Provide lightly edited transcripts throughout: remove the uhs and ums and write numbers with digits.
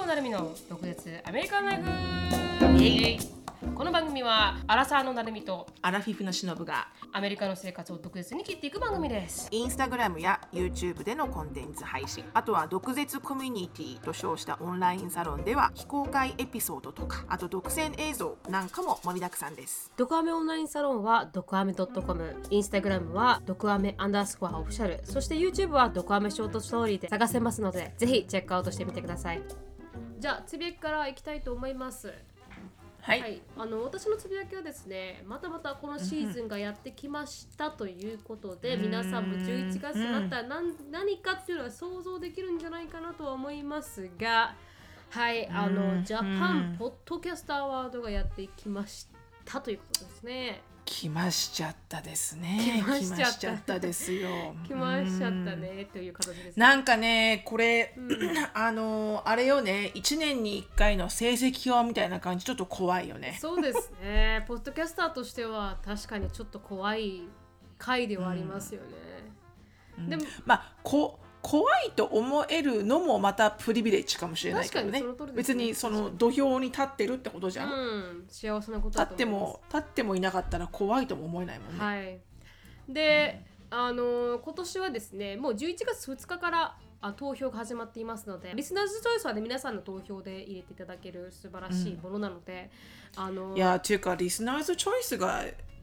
野成美の独舌アメリカンライフ。この番組はアラサーの成美とアラフィフのしのぶがアメリカの生活を独舌に切っていく番組です。 インスタグラムや YouTube でのコンテンツ配信、あとは独舌コミュニティと称したオンラインサロンでは非公開エピソードとか、あと独占映像なんかも盛りだくさんです。 ドクアメオンラインサロンはドクアメ .com、 インスタグラムはドクアメ_オフィシャル、そして YouTube はドクアメショートストーリーで探せますので、ぜひチェックアウトしてみてください。じゃあつぶやきからいきたいと思います。 はい、 はい、私のつぶやきはですね、またまたこのシーズンがやってきましたということで、皆さんも11月になったら何かっていうのは想像できるんじゃないかなとは思いますが、はい、ジャパンポッドキャストアワードがやってきましたということですね。 来ましちゃったですね。来ましちゃったですよ。 来ましちゃったねという形です、ね。 なんかね、これ、あれよね、1年に1回の成績表みたいな感じ、ちょっと怖いよね。 そうですね。ポッドキャスターとしては確かにちょっと怖い回ではありますよね。でも、 怖いと思えるのもまたプリビレッジかもしれないけどね。別にその土俵に立ってるってことじゃん。 幸せなことだと思います。 立ってもいなかったら怖いとも思えないもんね。 はい。で、今年はですね、もう11月2日から投票が始まっていますので、リスナーズチョイスはね、皆さんの投票で入れていただける素晴らしいものなので、 いやっていうかリスナーズチョイスが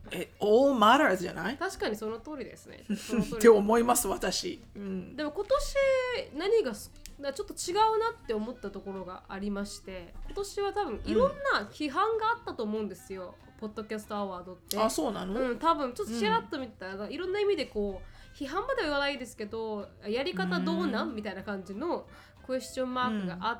all matters じゃない？ 確かにその通りですね。 って思います私、 でも今年何がちょっと違うなって思ったところがありまして、今年は多分いろんな批判があったと思うんですよ、ポッドキャストアワードって。 あ、そうなの？ 多分ちょっとちらっと見たら、いろんな意味でこう批判までは言わないですけど、やり方どうなんみたいな感じのクエスチョンマークがあって、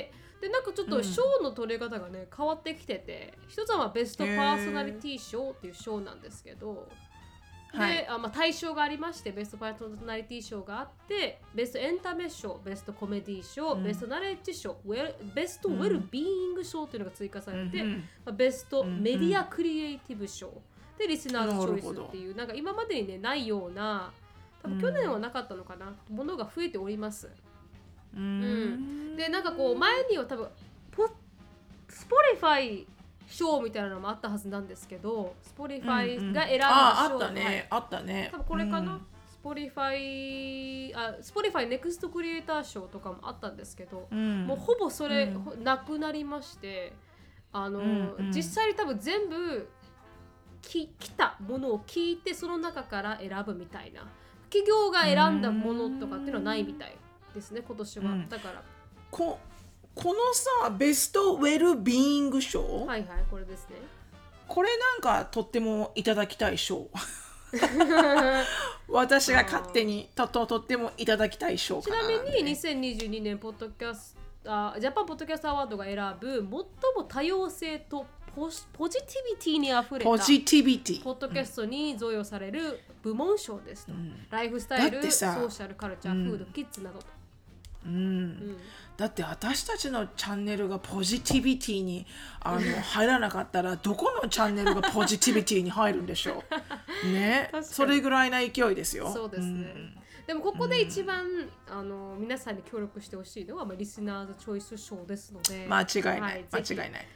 でなんかちょっと賞の取り方がね変わってきてて、一つはベストパーソナリティ賞っていう賞なんですけど、で、対象がありまして、ベストパーソナリティ賞があって、ベストエンタメ賞、ベストコメディ賞、ベストナレッジ賞、ベストウェルビーイング賞っていうのが追加されて、ベストメディアクリエイティブ賞でリスナーズチョイスっていう、なんか今までにねないような、多分去年はなかったのかな、ものが増えております。でなんかこう前には多分スポリファイ賞みたいなのもあったはずなんですけど、スポリファイが選んだ賞、 あったね、あったね。 多分これかな、スポリファイネクストクリエイター賞とかもあったんですけど、もうほぼそれ、なくなりまして、実際に多分全部来たものを聞いてその中から選ぶみたいな、企業が選んだものとかっていうのはないみたいですね、今年は。だからこのさ、ベストウェルビーイング賞、 はいはい、これですね。 これなんかとってもいただきたい賞私が勝手にとってもいただきたい賞かな。 ちなみに2022年ジャパンポッドキャストアワードが選ぶ最も多様性とポジティビティにあふれたポッドキャストに贈与される部門賞ですと、ライフスタイル、ソーシャルカルチャー、フード、キッズなどと。 だって私たちのチャンネルがポジティビティに入らなかったらどこのチャンネルがポジティビティに入るんでしょうね。それぐらいな勢いですよ。 そうですね、でもここで一番、皆さんに協力してほしいのは、リスナーズチョイス賞ですので、 間違いない、間違いない。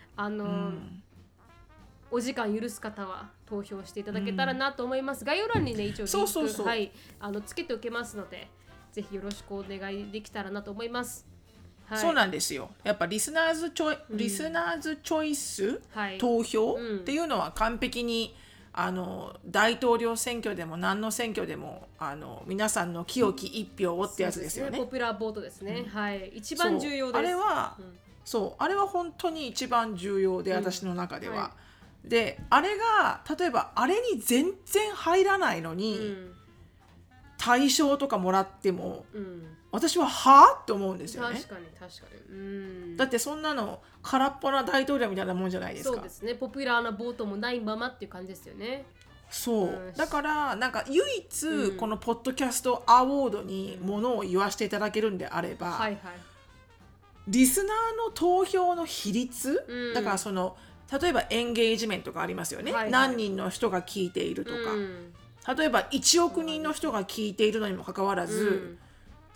お時間許す方は投票していただけたらなと思います。概要欄にね一応リンク、はい、つけておけますので、ぜひよろしくお願いできたらなと思います。はい、 そうなんですよ。やっぱリスナーズチョイス、投票っていうのは完璧に大統領選挙でも何の選挙でも皆さんの清き一票をってやつですよね。 ポピュラーボートですね。はい、一番重要です。 あれは本当に一番重要で、私の中では。で、あれが例えばあれに全然入らないのに、大賞とかもらっても、私はって思うんですよね。 確かに、 だってそんなの空っぽな大統領みたいなもんじゃないですか。 そうですね、ポピュラーなボートもないままっていう感じですよね。 そう、だからなんか唯一このポッドキャストアワードにものを言わせていただけるんであれば、リスナーの投票の比率、だからその例えばエンゲージメントがありますよね、何人の人が聞いているとか、例えば1億人の人が聞いているのにもかかわらず、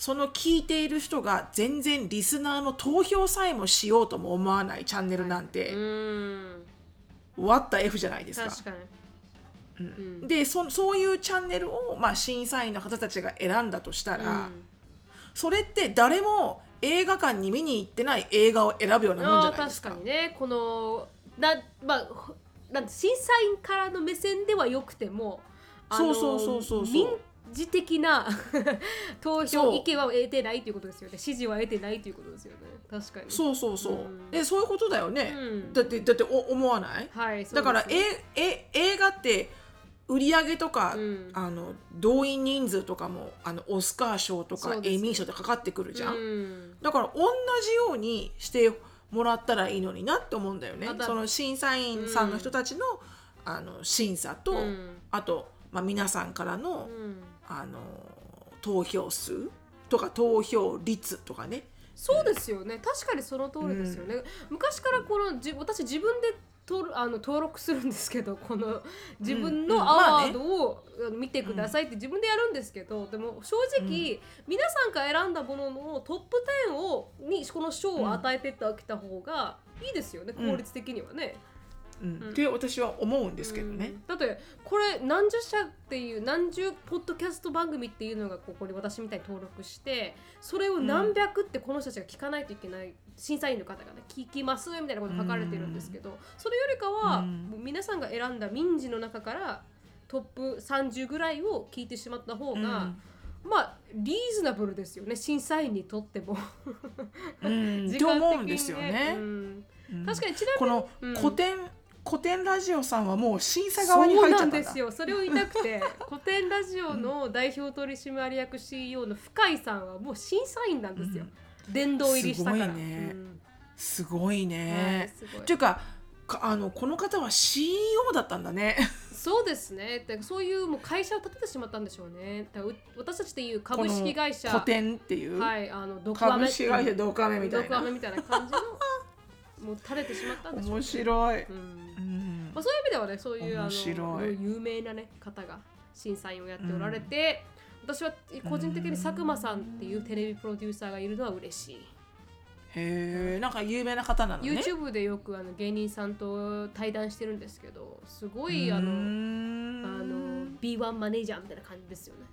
その聞いている人が全然リスナーの投票さえもしようとも思わないチャンネルなんて、What the F じゃないですか。 確かに。 でそういうチャンネルを、審査員の方たちが選んだとしたら、それって誰も映画館に見に行ってない映画を選ぶようなもんじゃないですか。 確かにね。このなん審査員からの目線ではよくても、民事的な投票意見は得てないということですよね。支持は得てないということですよね。確かに。 そう、そういうことだよね。だって思わない？ はい、そうですね。 だから映画って売り上げとか、動員人数とかもオスカー賞とかエイミー賞ってかかってくるじゃん。だから同じようにしてもらったらいいのになって思うんだよね。その審査員さんの人たちの、審査と、あと、皆さんからの、投票数とか投票率とかね。 そうですよね。確かにその通りですよね。昔から私自分で登録するんですけど、この自分のアワードを見てくださいって自分でやるんですけど、でも正直、皆さんが選んだもののトップ10にこの賞を与えてってあげた方がいいですよね、効率的にはね。 って私は思うんですけどね。 だってこれ何十社っていう何十ポッドキャスト番組っていうのがここに私みたいに登録して、それを何百ってこの人たちが聞かないといけない、審査員の方がね聞きますみたいなこと書かれてるんですけど、それよりかは、もう皆さんが選んだ民事の中からトップ30ぐらいを聞いてしまった方が、リーズナブルですよね、審査員にとっても。 と思うんですよね。 確かに。ちなみにこの古典ラジオさんはもう審査側に入っちゃったんだ。 そうなんですよ。それを言いたくて古典ラジオの代表取締役 CEO の深井さんはもう審査員なんですよ、殿堂入りしたから。 すごいね。っていうかこの方は CEO だったんだね。 そうですね。そういうもう会社を立ててしまったんでしょうね。私たちでいう株式会社古典っていう、 株式会社ドクアメみたいな感じのもう垂れてしまったんでしょうね。 面白い。 そういう意味ではね、そういう有名な、方が審査員をやっておられて、私は個人的に佐久間さんっていうテレビプロデューサーがいるのは嬉しい。 へえ、なんか有名な方なのね。 YouTube でよく芸人さんと対談してるんですけど、すごいB1 マネージャーみたいな感じですよね。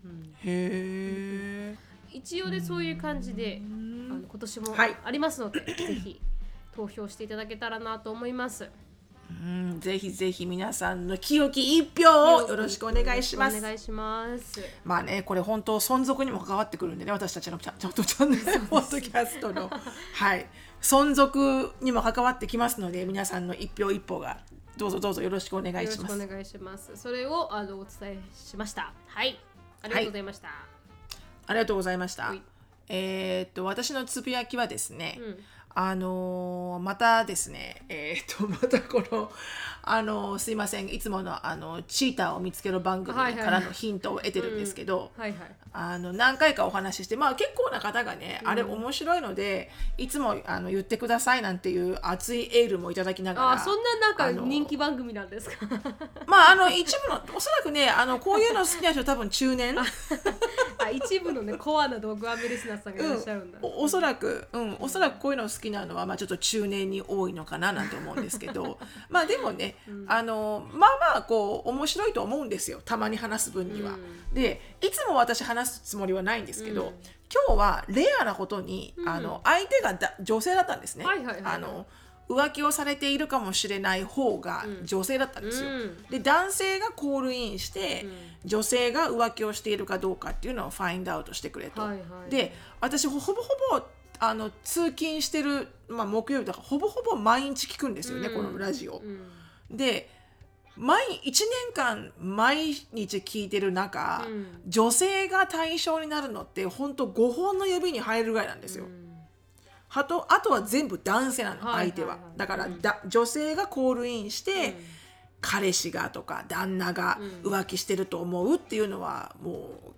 へえ。 一応ね、そういう感じで今年もありますので、ぜひ投票していただけたらなと思います。 ぜひぜひ皆さんの清き一票をよろしくお願いします。 お願いします。 これ本当存続にも関わってくるんでね、私たちのチャンネルポッドキャストの存続にも関わってきますので、皆さんの一票一票がどうぞよろしくお願いします。 よろしくお願いします。それをお伝えしました。はい、ありがとうございました。 ありがとうございました。私のつぶやきはですね、またですね、またこのすいません、いつものチーターを見つける番組からのヒントを得てるんですけど、何回かお話しして、結構な方がね、あれ面白いのでいつも言ってくださいなんていう熱いエールもいただきながら。 そんな人気番組なんですか？ 一部のおそらくね、こういうの好きな人多分中年一部のねコアなドッグアメリスナーさんがいらっしゃるんだ。 おそらくこういうの好きなのはちょっと中年に多いのかななんて思うんですけどでもね、こう面白いと思うんですよ、たまに話す分には。でいつも私話すつもりはないんですけど、今日はレアなことに、相手が女性だったんですね。浮気をされているかもしれない方が女性だったんですよ。で男性がコールインして、女性が浮気をしているかどうかっていうのをファインドアウトしてくれと。で私ほぼ通勤してる、木曜日だからほぼ毎日聞くんですよね、このラジオ。で1年間毎日聞いてる中、女性が対象になるのって本当5本の指に入るぐらいなんですよ。あとは全部男性なの、相手は。だから女性がコールインして、彼氏がとか旦那が浮気してると思うっていうのはもう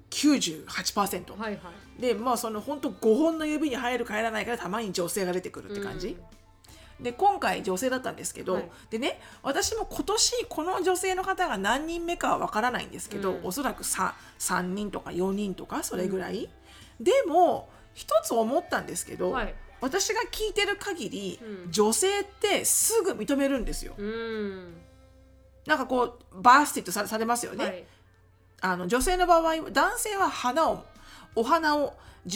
98%、でその本当5本の指に入るか入らないからたまに女性が出てくるって感じ。 で今回女性だったんですけど、でね、私も今年この女性の方が何人目かはわからないんですけど、おそらく 3人とか4人とかそれぐらい、でも一つ思ったんですけど、私が聞いてる限り、女性ってすぐ認めるんですよ。なんかこうバースティット されますよね。女性の場合、男性はお花を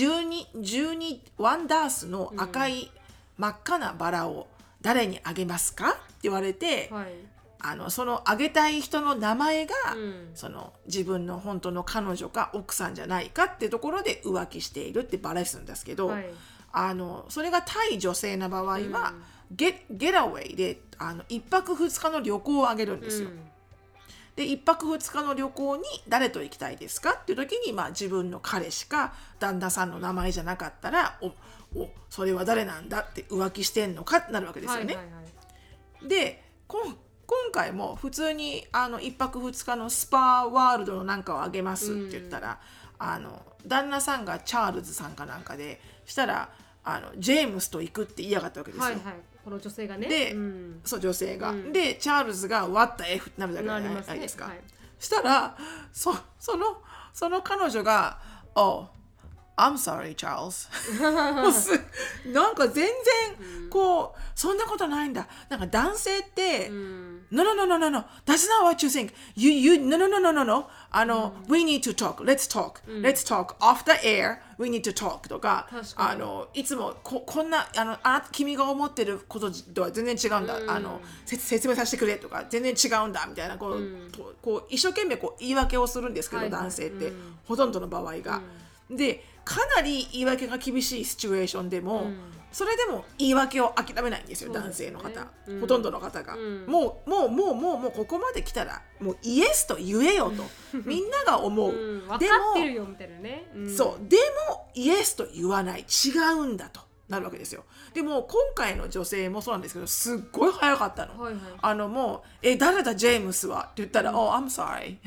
12ワンダースの赤い真っ赤なバラを誰にあげますかって言われて、そのあげたい人の名前が、その自分の本当の彼女か奥さんじゃないかってところで浮気しているってバラするんですけど、それが対女性の場合は、ゲラウェイで1泊2日の旅行をあげるんですよ。で1泊2日の旅行に誰と行きたいですかっていう時に、自分の彼氏か旦那さんの名前じゃなかったらそれは誰なんだって浮気してんのかってなるわけですよね。で今回も普通に1泊2日のスパワールドのなんかをあげますって言ったら、旦那さんがチャールズさんかなんかでしたらジェームスと行くって言いやがったわけですよ。 この女性がね。 で、そう女性が、でチャールズが What the F ってなるだけじゃないですか。したらその彼女がOh I'm sorry, Charles なんか全然こう、そんなことないんだ。なんか男性って、No, no, no, no, no, no. That's not what you think. No, no, no, no, no, no. We need to talk. Let's talk. Let's talk. Off the air, we need to talk. とか、いつもこんな、君が思ってることとは全然違うんだ。説明させてくれとか、全然違うんだみたいな、こう一生懸命言い訳をするんですけど、男性って、ほとんどの場合が。で、かなり言い訳が厳しいシチュエーションでも、それでも言い訳を諦めないんですよ、男性の方、ほとんどの方が、もうここまで来たらもうイエスと言えよとみんなが思う、 分かってるよみたいなね、 そうでもイエスと言わない、違うんだとなるわけですよ。でも今回の女性もそうなんですけど、すっごい早かったの、もう誰だジェームスはって言ったら、Oh I'm sorry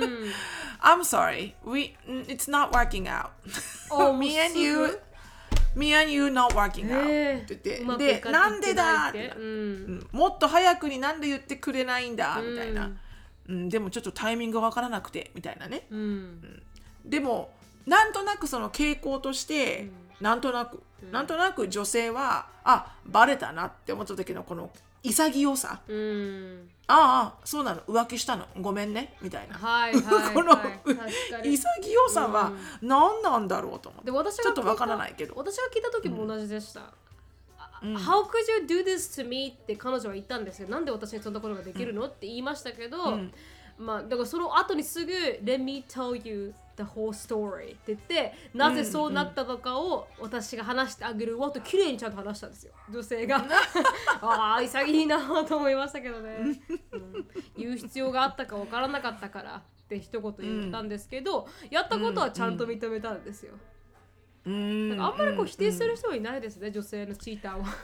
I'm sorry it's not working out me and you not working out って言って、でなんでだって、もっと早くになんで言ってくれないんだみたいな、でもちょっとタイミングが分からなくてみたいなね、でもなんとなくその傾向として、なんとなく女性はバレたなって思った時のこの潔さ、そうなの、浮気したのごめんねみたいな、この潔さは何なんだろうと思って、ちょっとわからないけど、 私が聞いた時も同じでした。How could you do this to me って彼女は言ったんですよ。なんで私にそんなことができるのって言いましたけど、だからその後にすぐ Let me tell you the whole story って言って、なぜそうなったのかを私が話してあげるわと綺麗にちゃんと話したんですよ、女性が潔いなと思いましたけどね、言う必要があったか分からなかったからって一言言ったんですけど、やったことはちゃんと認めたんですよ。なんかあんまり否定する人はいないですね、女性のチーターは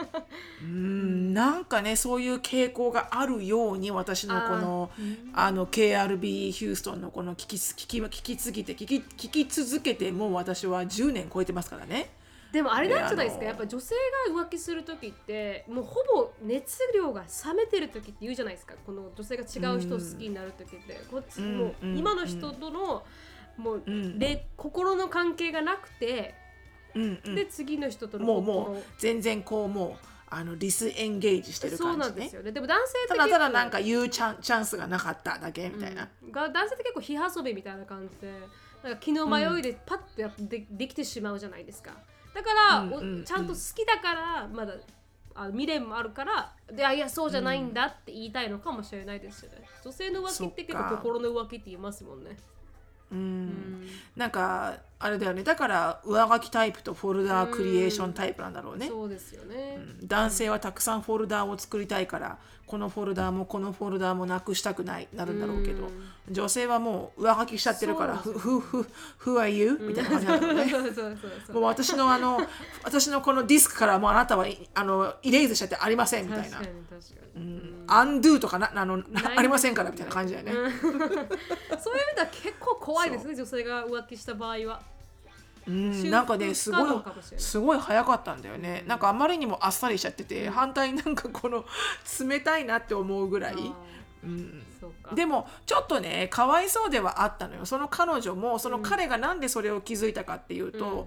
なんかね、そういう傾向があるように、私のこのKRB ヒューストンのこの聞き続けてもう私は10年超えてますからね。 でもあれなんじゃないですか、やっぱ女性が浮気する時ってもうほぼ熱量が冷めてる時って言うじゃないですか。この女性が違う人を好きになる時って、もう今の人とのもう、心の関係がなくて、で次の人とのもう全然こうもうディスエンゲージしてる感じね。 そうなんですよね。でも男性ってただなんか言うチャンスがなかっただけみたいな、 男性って結構火遊びみたいな感じで、なんか気の迷いでパッとやってできてしまうじゃないですか。だから、ちゃんと好きだからまだ未練もあるからいやそうじゃないんだって言いたいのかもしれないですよね。女性の浮気って結構心の浮気って言いますもんね。 なんかあれだよね、だから上書きタイプとフォルダークリエーションタイプなんだろうね。 そうですよね、 男性はたくさんフォルダーを作りたいから、このフォルダーもこのフォルダーもなくしたくないなるんだろうけど、女性はもう上書きしちゃってるから、Who are you? みたいな感じなんだろうね。もう私のこのディスクからもうあなたはイレイズしちゃってありませんみたいな、アンドゥとかありませんからみたいな感じだよね。 そういう意味では結構怖いですね、女性が浮気した場合は。 なんかねすごい早かったんだよね、なんかあまりにもあっさりしちゃってて、反対になんかこの冷たいなって思うぐらい、でもちょっとねかわいそうではあったのよ。その彼女もその彼がなんでそれを気づいたかっていうと、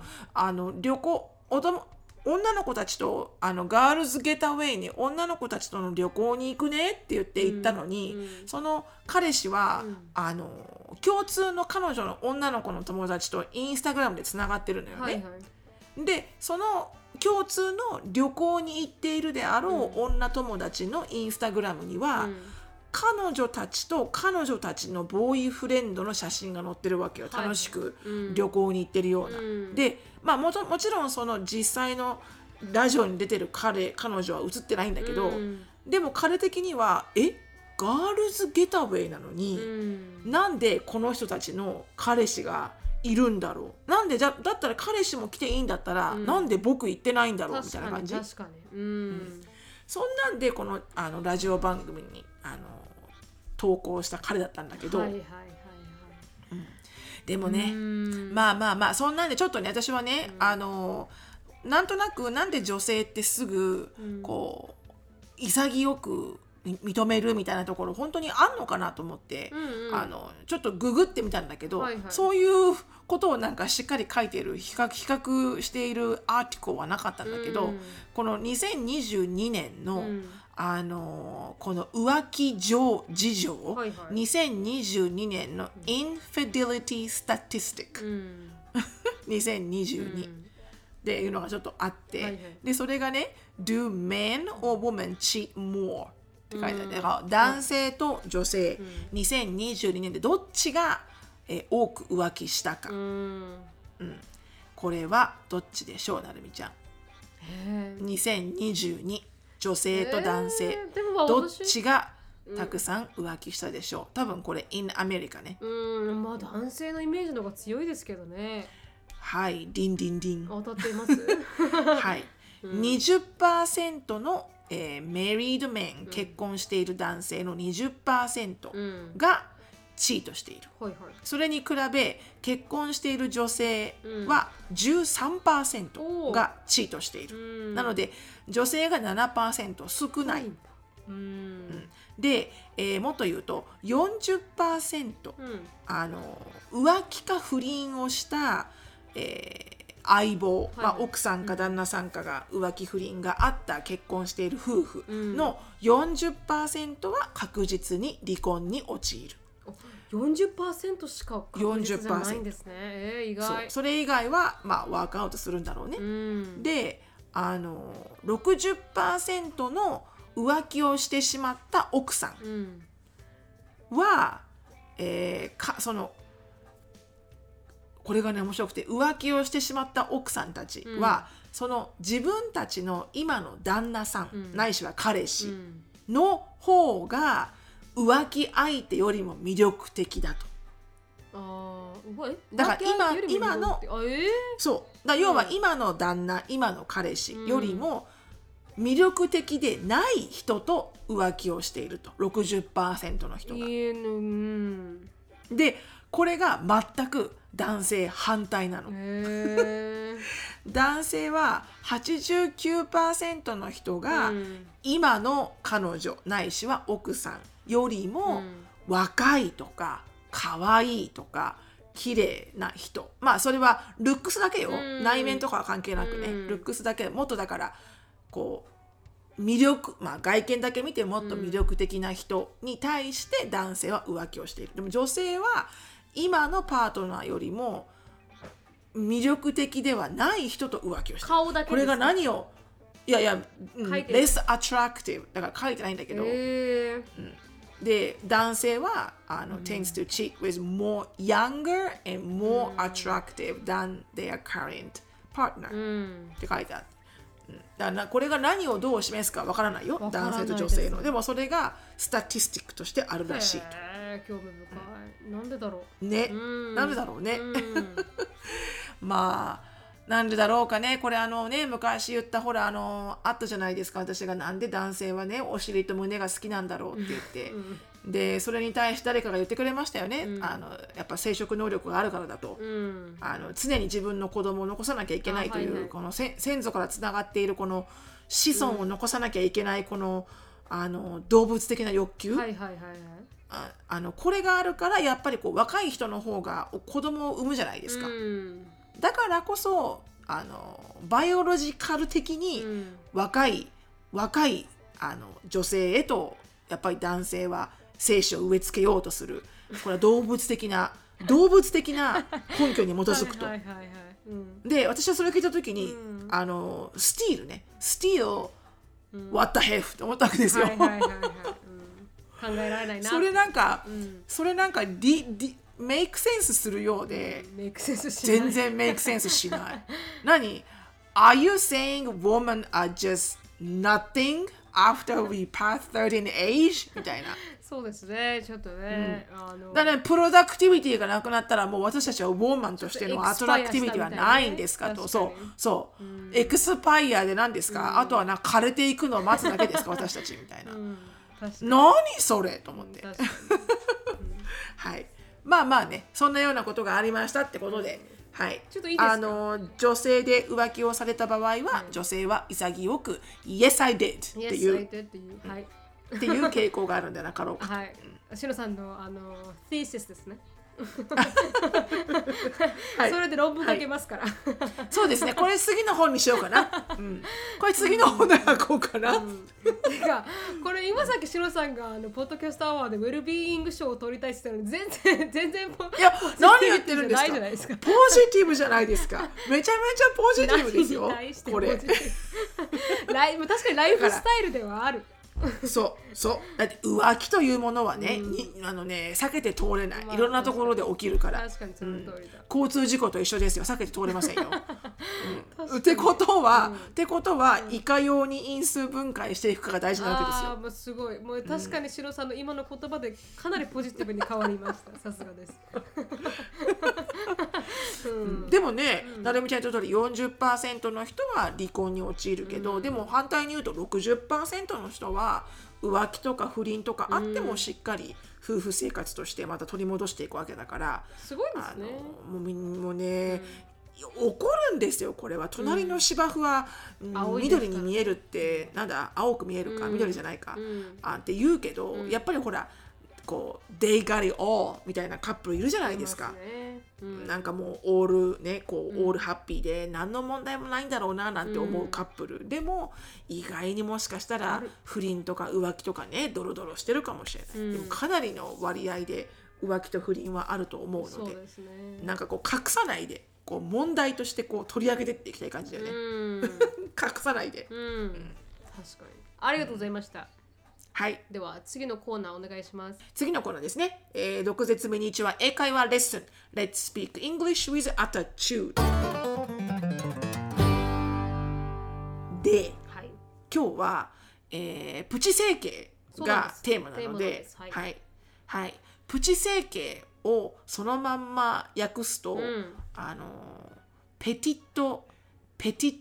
女の子たちとガールズゲタウェイに女の子たちとの旅行に行くねって言って行ったのに、その彼氏は、共通の彼女の女の子の友達とインスタグラムでつながってるのよね、でその共通の旅行に行っているであろう女友達のインスタグラムには、彼女たちと彼女たちのボーイフレンドの写真が載ってるわけよ。楽しく旅行に行ってるような、で、もちろんその実際のラジオに出てる彼女は写ってないんだけど、でも彼的にはガールズゲタウェイなのに、なんでこの人たちの彼氏がいるんだろう、なんでだったら彼氏も来ていいんだったら、なんで僕行ってないんだろうみたいな感じ。 確かに、 そんなんでこのラジオ番組に投稿した彼だったんだけど、でもね、そんなんでちょっとね私はね、なんとなくなんで女性ってすぐこう潔く認めるみたいなところ本当にあんのかなと思って、ちょっとググってみたんだけど、そういうことをなんかしっかり書いている比較しているアーティクルはなかったんだけど、この2022年の、この浮気事情、2022年の Infidelity Statistic、2022、っていうのがちょっとあって、でそれがね Do men or women cheat more って書いてある。だから男性と女性、2022年でどっちが、多く浮気したか、これはどっちでしょうなるみちゃん。2022女性と男性、どっちがたくさん浮気したでしょう。多分これ in America ね。 男性のイメージの方が強いですけどね。 はい、ディンディンディン。 当たっています。 はい、20% の、メリードメン、結婚している男性の 20% がチートしている、それに比べ結婚している女性は 13% がチートしている、なので女性が 7% 少ない、で、もっと言うと 40%、浮気か不倫をした、相棒、奥さんか旦那さんかが浮気不倫があった結婚している夫婦の 40% は確実に離婚に陥る。 40% しか確実じゃないんですね。意外。 それ以外は、ワークアウトするんだろうね。で、60% の浮気をしてしまった奥さんは、これがね面白くて、浮気をしてしまった奥さんたちは、その自分たちの今の旦那さん、ないしは彼氏の方が浮気相手よりも魅力的だと。だから今のそうだ、要は今の旦那、今の彼氏よりも魅力的でない人と浮気をしていると、60% の人が。でこれが全く男性反対なの。男性は 89% の人が今の彼女ないしは奥さんよりも若いとか可愛いとか綺麗な人、それはルックスだけよ、内面とかは関係なくね、ルックスだけ、もっとだからこう魅力、外見だけ見てもっと魅力的な人に対して男性は浮気をしている。でも女性は今のパートナーよりも魅力的ではない人と浮気をしている。 顔だけですか？ これが何をless attractive だから書いてないんだけど、で男性はtends to cheat with more younger and more attractive than their current partner、って書いてある。だからこれが何をどう示すかわからないよ、男性と女性の。でもそれがスタティスティックとしてあるらしいと。 興味深い。なんでだろうね、なんでだろうね。なんでだろうかね。これ昔言ったほらあったじゃないですか。私がなんで男性はねお尻と胸が好きなんだろうって言って、 でそれに対して誰かが言ってくれましたよね、やっぱ生殖能力があるからだと、常に自分の子供を残さなきゃいけないという、この先祖からつながっているこの子孫を残さなきゃいけないこの、動物的な欲求、これがあるからやっぱりこう若い人の方が子供を産むじゃないですか、だからこそバイオロジカル的に若い女性へとやっぱり男性は精子を植え付けようとする、これは動物的な根拠に基づくと。で私はそれを聞いた時に、スティール、what the hell って思ったわけですよ。 考えられないな。 それなんかメイクセンスするようで、全然メイクセンスしない。何 Are you saying women are just nothing after we pass certain age? みたいな。 そうですね、ちょっとね。 だからプロダクティビティがなくなったらもう私たちはウォーマンとしてのアトラクティビティはないんですかと。そう、エクスパイアで何ですか、あとは枯れていくのを待つだけですか私たちみたいな。何それと思って。はい。まあね、そんなようなことがありましたってことで、はい。 ちょっといいですか？ 女性で浮気をされた場合は、女性は潔く Yes I did っていう、っていう傾向があるんじゃなかろうか。 はい。シロさんのthesis ですね。それで論文書けますから、 そうですね、これ次の本にしようかな、これ次の本で書こうかな、 てかこれ今さっきシロさんがポッドキャストアワーでウェルビーイング賞を取りたいって言ったのに全然いや何言ってるんですか、ポジティブじゃないですか、めちゃめちゃポジティブですよこれ確かにライフスタイルではあるそうだって浮気というものはね、避けて通れない、いろんなところで起きるから、 確かにその通りだ、 交通事故と一緒ですよ、避けて通れませんよ、ってことは、いかように因数分解していくかが大事なわけですよ。 もうすごい、もう確かにシロさんの今の言葉でかなりポジティブに変わりましたさすがです、 でもね、なるみちゃんの言う通り 40% の人は離婚に陥るけど、でも反対に言うと 60% の人は浮気とか不倫とかあってもしっかり夫婦生活としてまた取り戻していくわけだから、 すごいですね。 もうね、怒るんですよこれは。隣の芝生は、緑に見えるってなんだ、青く見えるか、緑じゃないか、って言うけど、やっぱりほらこう They got it all みたいなカップルいるじゃないですか、なんかもうオールハッピーで何の問題もないんだろうななんて思うカップル、でも意外にもしかしたら不倫とか浮気とかねドロドロしてるかもしれない、でもかなりの割合で浮気と不倫はあると思うので、なんかこう隠さないでこう問題としてこう取り上げてっていきたい感じだよね、隠さないで、確かにありがとうございました、 はい、 では次のコーナーお願いします。 次のコーナーですね、毒舌ミニチュア英会話レッスン Let's speak English with attitude で、今日は、プチ整形がテーマなので、プチ整形をそのまんま訳すと、ペティットプチ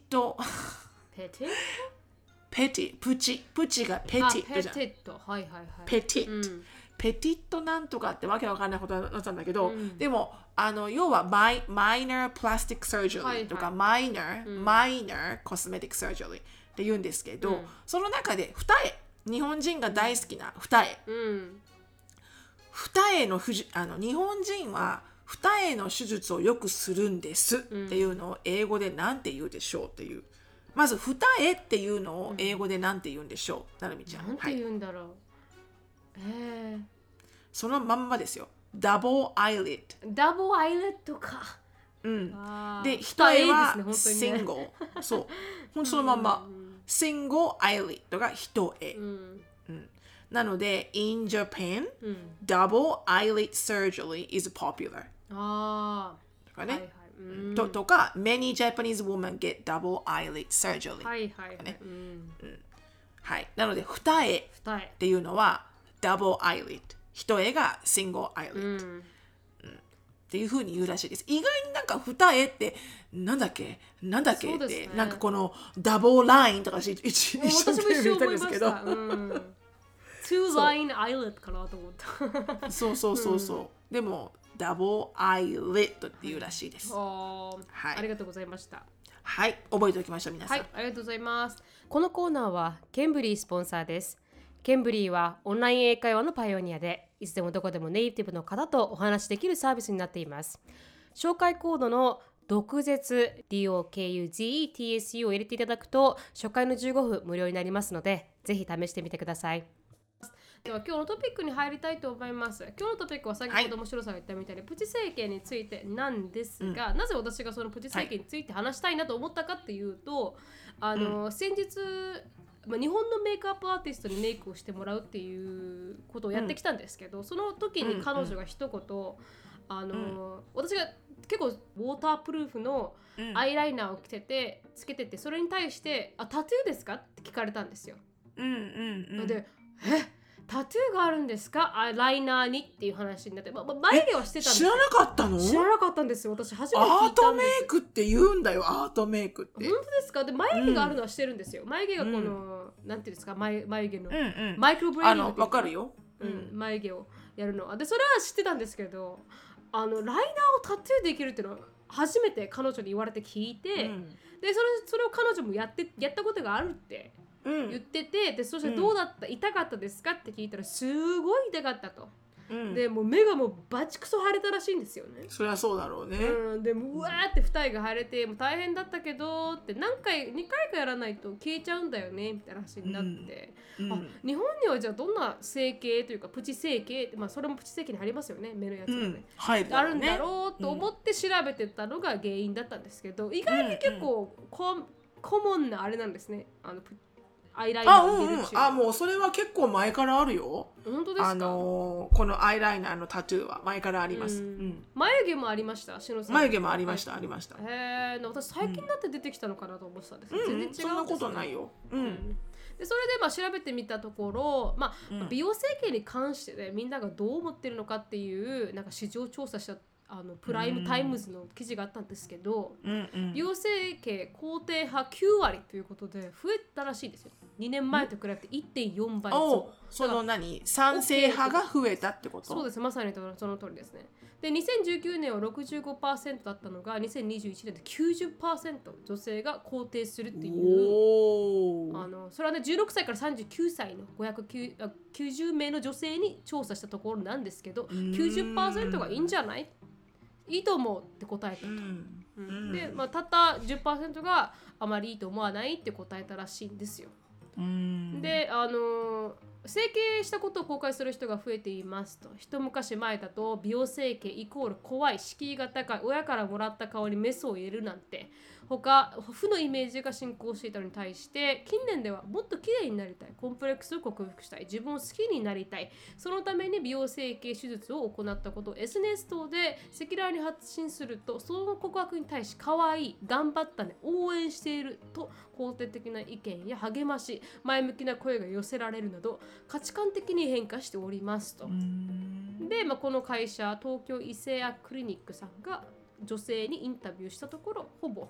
がペティットじゃん。ペティットなんとかってわけわかんないことになったんだけど、でも要はマイナープラスティックサージャリーとかマイナーコスメティックサージャリーって言うんですけど、その中で二重、日本人が大好きな二重、二重の日本人は二重の手術をよくするんですっていうのを英語でなんて言うでしょうっていう。まず二重っていうのを英語でなんて言うんでしょう、なるみちゃん。 なんて言うんだろう、 そのまんまですよ。ダブルアイリッドか。 で、一重はシングル。そう。ほんとそのまんま。シングルアイリッドが一重。なので、in Japan, double eyelid surgery is popular. とかね。とか many Japanese women get double eyelid surgery なので二重っていうのは double eyelid、 一重が single eyelid、っていう風に言うらしいです。意外になんか二重ってなんだっけってなんかこのダブルラインとか一緒に言ったんですけど two line eyelid かなと思った。 そうそうそうそう。でもダブルアイリッドっていうらしいです。 はい、ありがとうございました。 はい、覚えておきました皆さん。 はい、ありがとうございます。このコーナーはケンブリースポンサーです。ケンブリーはオンライン英会話のパイオニアで、いつでもどこでもネイティブの方とお話しできるサービスになっています。紹介コードの毒舌 DOKUZETSU を入れていただくと初回の15分無料になりますので、ぜひ試してみてください。では今日のトピックに入りたいと思います。今日のトピックは先ほど面白さが言ったみたいに、プチ整形についてなんですが、なぜ私がそのプチ整形について話したいなと思ったかっていうと、先日、日本のメイクアップアーティストにメイクをしてもらうっていうことをやってきたんですけど、その時に彼女が一言、私が結構ウォータープルーフのアイライナーをつけてて、それに対してタトゥーですかって聞かれたんですよ。で、タトゥーがあるんですかアイライナーにっていう話になって、眉毛はしてたんですよ。 知らなかったの？ 知らなかったんですよ。私初めて聞いたんです。 アートメイクって言うんだよ。アートメイクって。 本当ですか？で眉毛があるのはしてるんですよ。眉毛がこの、なんていうんですか、眉毛の、マイクロブレーディング。 わかるよ。 眉毛をやるので、それは知ってたんですけど、ライナーをタトゥーできるっていうのは初めて彼女に言われて聞いて、でそれを彼女もやったことがあるって言ってて、でそしてどうだった、痛かったですかって聞いたらすごい痛かったと。でもう目がもうバチクソ腫れたらしいんですよね。 そりゃそうだろうね。 でもうわーって二重が腫れてもう大変だったけどって、2回かやらないと消えちゃうんだよねみたいな話になって、日本にはじゃあどんな整形というかプチ整形、それもプチ整形に入りますよね、目のやつがね、あるんだろうと思って調べてたのが原因だったんですけど、意外に結構コモンなあれなんですね、アイライナーを入れるっていう。 もうそれは結構前からあるよ。 本当ですか？ このアイライナーのタトゥーは前からあります。 眉毛もありました。 眉毛もありました、ありました。 私最近だって出てきたのかなと思ってたんですけど、全然違うんですね。 そんなことないよ。 でそれで調べてみたところ、美容整形に関してでみんながどう思ってるのかっていうなんか市場調査したプライムタイムズの記事があったんですけど、美容整形肯定派9割ということで増えたらしいですよ。2年前と比べて 1.4 倍増。 その賛成派が増えたってこと？ そうです、まさにその通りですね。で2019年は 65% だったのが2021年で 90% 女性が肯定するっていう、それはね16歳から39歳の590名の女性に調査したところなんですけど、 90% がいいんじゃない、いいと思うって答えたと。で、たった 10% があまりいいと思わないって答えたらしいんですよ。で整形したことを後悔する人が増えていますと。一昔前だと美容整形イコール怖い、敷居が高い、親からもらった顔にメスを入れるなんて負のイメージが進行していたのに対して、近年ではもっと綺麗になりたい、コンプレックスを克服したい、自分を好きになりたい、そのために美容整形手術を行ったことを SNS 等で赤裸々に発信すると、その告白に対し可愛い、頑張ったね、応援していると肯定的な意見や励まし、前向きな声が寄せられるなど価値観的に変化しておりますと。で、この会社東京伊勢屋クリニックさんが女性にインタビューしたところ、ほぼ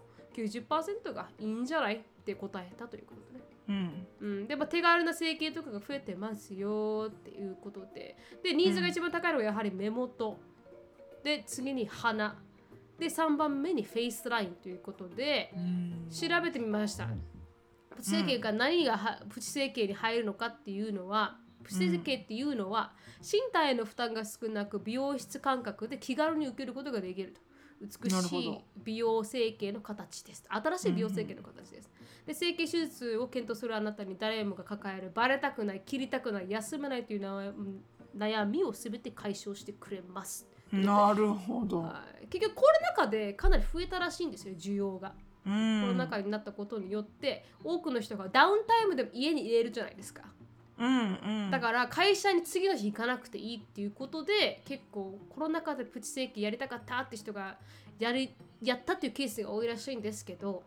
90% がいいんじゃないって答えたということでね。で、手軽な整形とかが増えてますよっていうことで、ニーズが一番高いのはやはり目元で、次に鼻で、3番目にフェイスラインということで調べてみました。プチ整形が何がプチ整形に入るのかっていうのは、プチ整形っていうのは身体への負担が少なく美容室感覚で気軽に受けることができると。美しい美容整形の形です。新しい美容整形の形です。で、整形手術を検討するあなたに誰もが抱えるバレたくない、切りたくない、休めないという悩みをすべて解消してくれます。 なるほど。 結局コロナ禍でかなり増えたらしいんですよ、需要が。コロナ禍になったことによって多くの人がダウンタイムでも家に入れるじゃないですか。だから会社に次の日行かなくていいっていうことで、結構コロナ禍でプチ整形やりたかったって人がやったっていうケースが多いらしいんですけど、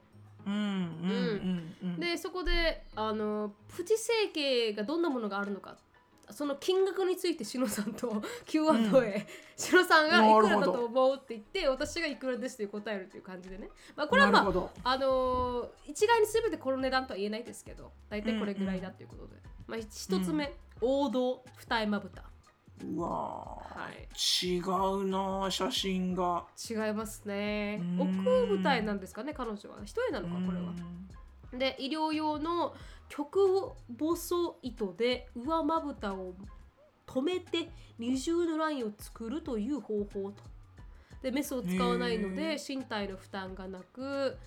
でそこでプチ整形がどんなものがあるのか、 その金額についてシノさんと Q&A、シノさんがいくらだと思うって言って私がいくらですって答えるという感じでね、まあ、これはまあ一概に全てこの値段とは言えないですけど大体これぐらいだということで、まあ、一つ目、王道二重まぶた。 うわ、はい、違うな写真が違いますね。奥舞台なんですかね、彼女は一重なのかこれは。で医療用の極細糸で上まぶたを止めて二重のラインを作るという方法と。でメスを使わないので身体の負担がなく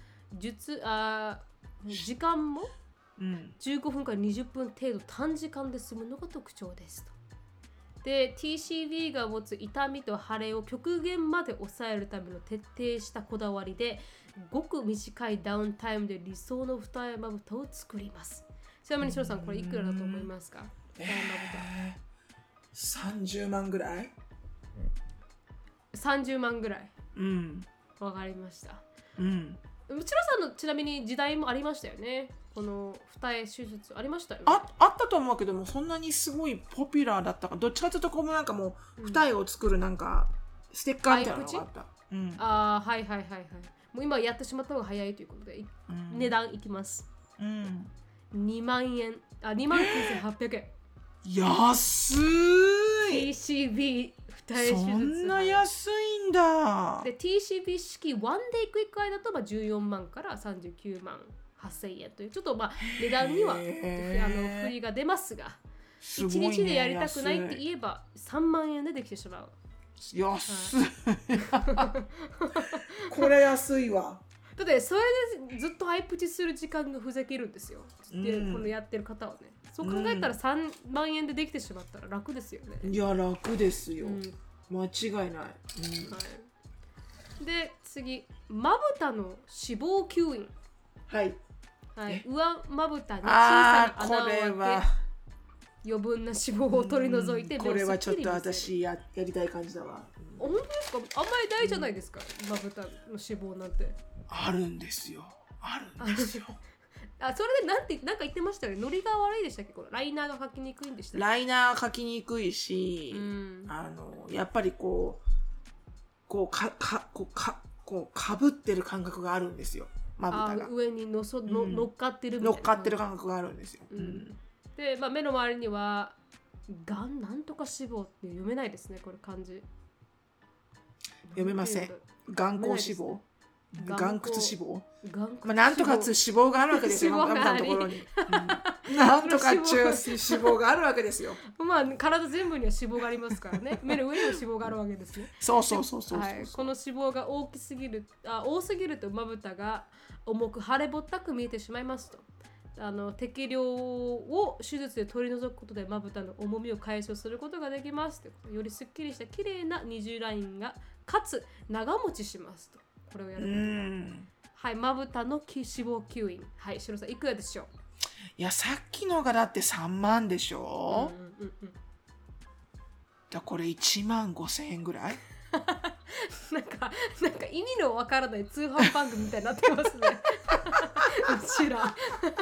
時間も15分から20分程度短時間で済むのが特徴ですと。で TCB が持つ痛みと腫れを極限まで抑えるための徹底したこだわりでごく短いダウンタイムで理想の二重まぶたを作ります。ちなみにシロさんこれいくらだと思いますか？二重まぶた30万ぐらい ？30万ぐらい。わかりました。シロさんのちなみに時代もありましたよね。この二重手術ありましたよね。 あったと思うけどもそんなにすごいポピュラーだったかどっちかというとこうなんかもう二重を作るなんかステッカーみたいなのがあった。 はいはいはいはい。もう今やってしまった方が早いということで、値段いきます。2万円29,800円。 安い。 TCB 二重手術。 そんな安いんだ。 で TCB 式ワンデイクイックアイだと14万から39万8,000円というちょっとまあ値段には振りが出ますが、1日でやりたくないって言えば3万円でできてしまう。 安いこれ安いわ。 だってそれでずっとアイプチする時間がふざけるんですよ、このやってる方はね。そう考えたら3万円でできてしまったら楽ですよね。 いや楽ですよ、間違いない、 で次まぶたの脂肪吸引。上まぶたに小さな穴を開け余分な脂肪を取り除いてこれはちょっと私やりたい感じだわ。 本当ですか？あんまりないじゃないですか、まぶたの脂肪なんて。 あるんですよ。それでなんか言ってましたよね。ノリが悪いでしたっけ？ライナーが描きにくいんでしたっけ？ ライナー描きにくいし、やっぱりこうかぶってる感覚があるんですよ。まぶたが上に乗っかってるみたいな、 乗っかってる感覚があるんですよ。 で、目の周りにはなんとか脂肪って読めないですね、これ漢字。 読めません。眼光脂肪、眼屈脂肪、なんとかつ脂肪があるわけですよ。まぶたのところに、なんとか中脂肪があるわけですよ。 体全部には脂肪がありますからね。目の上にも脂肪があるわけですね。 そう。 この脂肪が多すぎるとまぶたが重く腫れぼったく見えてしまいますと。適量を手術で取り除くことでまぶたの重みを解消することができますと。よりすっきりした綺麗な二重ラインがかつ長持ちしますと。これをやることで、まぶたの脂肪吸引。シロさんいくらでしょう？ いやさっきのがだって3万でしょ。これ1万5,000円ぐらいなんか意味のわからない通販番組みたいになってますね。うちら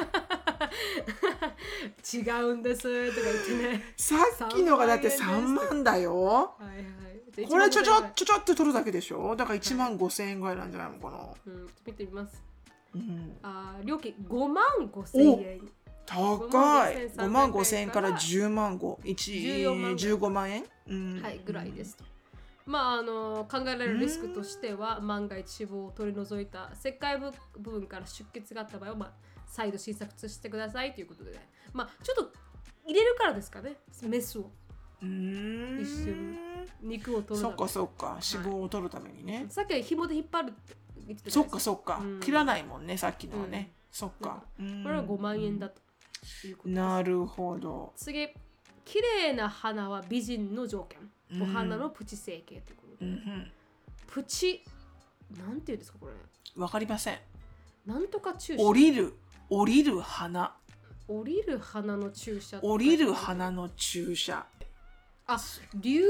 違うんですとか言ってね。 さっきのがだって3万だよ。これちょちょって取るだけでしょ。だから1万5,000円ぐらいなんじゃないのかな。 見てみます。料金5万5,000円。 高い。5万5,000円から10万15万円、 ぐらいですと。考えられるリスクとしては万が一脂肪を取り除いた切開部分から出血があった場合は、再度診察してくださいということで、ね、ちょっと入れるからですかね、メスを一緒に肉を取るために。 そっか脂肪を取るためにね。 さっきは紐で引っ張るって言ってた。 そっか、切らないもんねさっきのはね。そっか、 これは5万円だということです。 なるほど。 次、綺麗な花は美人の条件。お花のプチ整形ということで、プチなんていうんですかこれ。 わかりません。 なんとか注射。 降りる花。 降りる花の注射。 降りる花の注射。 流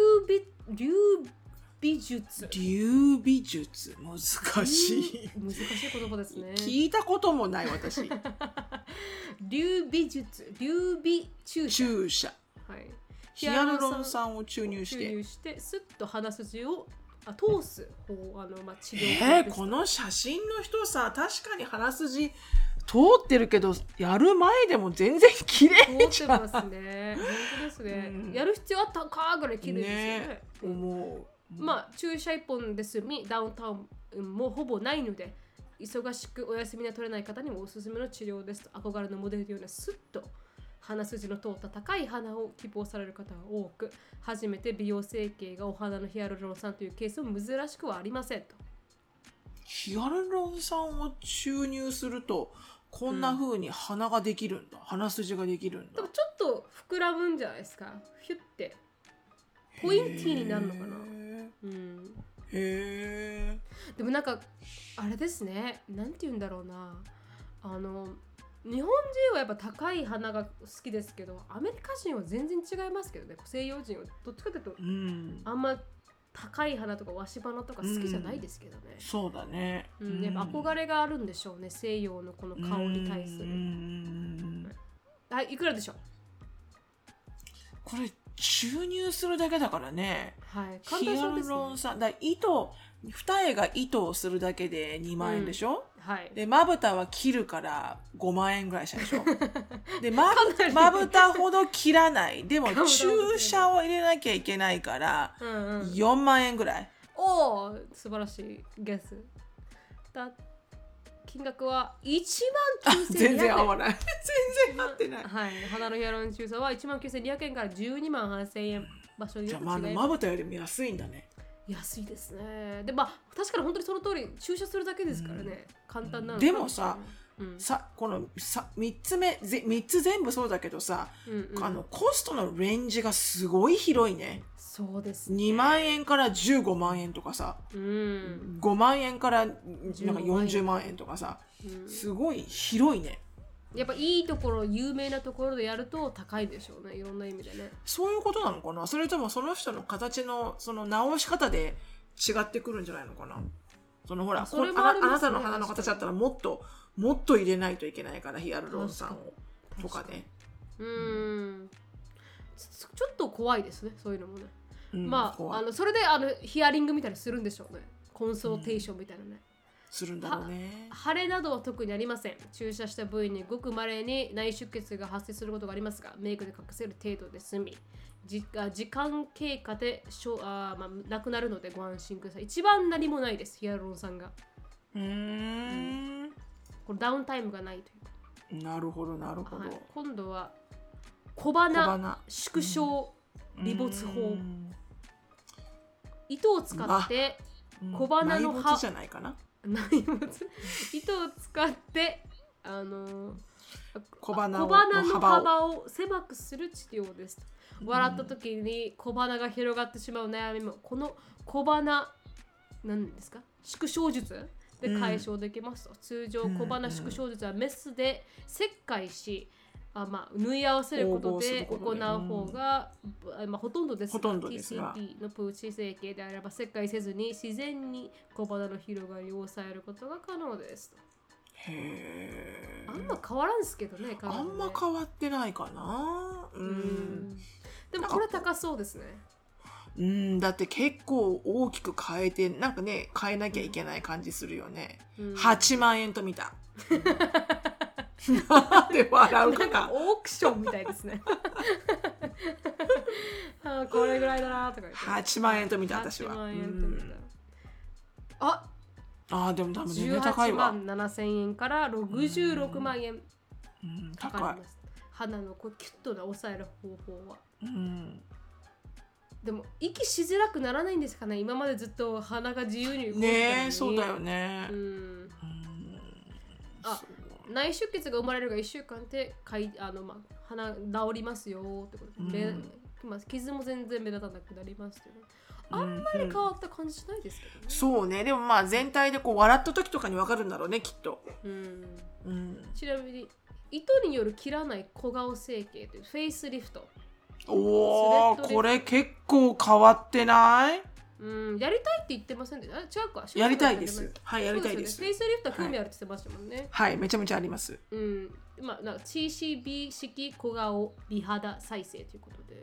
美術。 流美術難しい言葉ですね。 聞いたこともない私。 流美術、流美注射。 ヒアルロン酸を注入してスッと鼻筋を通す治療この写真の人さ、確かに鼻筋通ってるけど、やる前でも全然綺麗じゃん。 通ってますね。本当ですね。やる必要あったかぐらい綺麗ですよね。 思う。 注射1本で済み、ダウンタウンもほぼないので、忙しくお休みが取れない方にもおすすめの治療ですと。憧れのモデルのようなスッと鼻筋の通った高い鼻を希望される方が多く、初めて美容整形がお肌のヒアルロン酸というケースも珍しくはありませんと。 ヒアルロン酸を注入するとこんな風に鼻ができるんだ、鼻筋ができるんだ。 でもちょっと膨らむんじゃないですか。ヒュッてポインティーになるのかな。でもなんかあれですね、なんて言うんだろうな、日本人はやっぱ高い鼻が好きですけど、アメリカ人は全然違いますけどね。西洋人はどっちかというと、あんま高い鼻とかわし鼻とか好きじゃないですけどね。 そうだね。 やっぱ憧れがあるんでしょうね、西洋のこの顔に対する。はい、いくらでしょう。 これ注入するだけだからね。 はい、 ヒアルロン酸だ、二重が糸をするだけで2万円でしょ、 はい、 でまぶたは切るから5万円ぐらいしたでしょでまぶたほど切らない、でも注射を入れなきゃいけないから4万円ぐらい。 おお、素晴らしいゲスだ。金額は19,200円。 全然合わない全然合ってない。 はい、鼻のヒアルロン注射は19,200円から128,000円。場所によって違います。 じゃあまぶたよりも安いんだね。 安いですね。で確かに本当にその通り注射するだけですからね、簡単なの。 でもさ、この3つ全部そうだけどさ、コストのレンジがすごい広いね。 そうですね。 2万円から15万円とかさ、5万円からなんか40万円とかさ、すごい広いね。 やっぱいいところ、有名なところでやると高いでしょうね、いろんな意味でね。 そういうことなのかな。それともその人の形のその直し方で違ってくるんじゃないのかな。そのほら、あなたの鼻の形だったらもっと入れないといけないから、ヒアルロン酸をとかね。 ちょっと怖いですね、そういうのもね。それでヒアリングみたいにするんでしょうね。コンソルテーションみたいなね。 するんだろうね。 腫れなどは特にありません。注射した部位にごく稀に内出血が発生することがありますが、メイクで隠せる程度で済み、時間経過でなくなるのでご安心ください。一番何もないです、ヒアルロン酸が。これダウンタイムがないという。 なるほどなるほど。 今度は小鼻縮小利没法。糸を使って小鼻の内じゃないかな。 糸を使って小鼻の幅を狭くする治療です。笑った時に小鼻が広がってしまう悩みもこの小鼻何ですか、縮小術で解消できますと。通常小鼻縮小術はメスで切開し縫い合わせることで行う方が、ほとんどですが TCP のプーチ整形であれば切開せずに自然に小鼻の広がりを抑えることが可能ですと。 へー、 あんま変わらんすけどね。 あんま変わってないかな。 でもこれ高そうですね。 だって結構大きく変えてなんかね、変えなきゃいけない感じするよね。8万円と見たなんで笑うかな。 オークションみたいですねこれぐらいだなとか言って 8万円と見た。私は 8万円と見た。 でも多分値段高いわ。 18万7,000円から66万円かかります。鼻のこうキュッと抑える方法は。でも息しづらくならないんですかね。今までずっと鼻が自由に動いてたのにね。そうだよね。 内出血が生まれるが1週間で鼻治りますよってことで、傷も全然目立たなくなりますけど、あんまり変わった感じしないですけどね。 そうね。でも全体でこう笑った時とかに分かるんだろうね、きっと。 ちなみに糸による切らない小顔整形というフェイスリフト。 これ結構変わってない？ やりたいって言ってませんでした？違うか。 やりたいです。はい、やりたいです。 フェイスリフトは興味あるって言ってましたもんね。 はい、めちゃめちゃあります。 TCB 式小顔美肌再生ということで、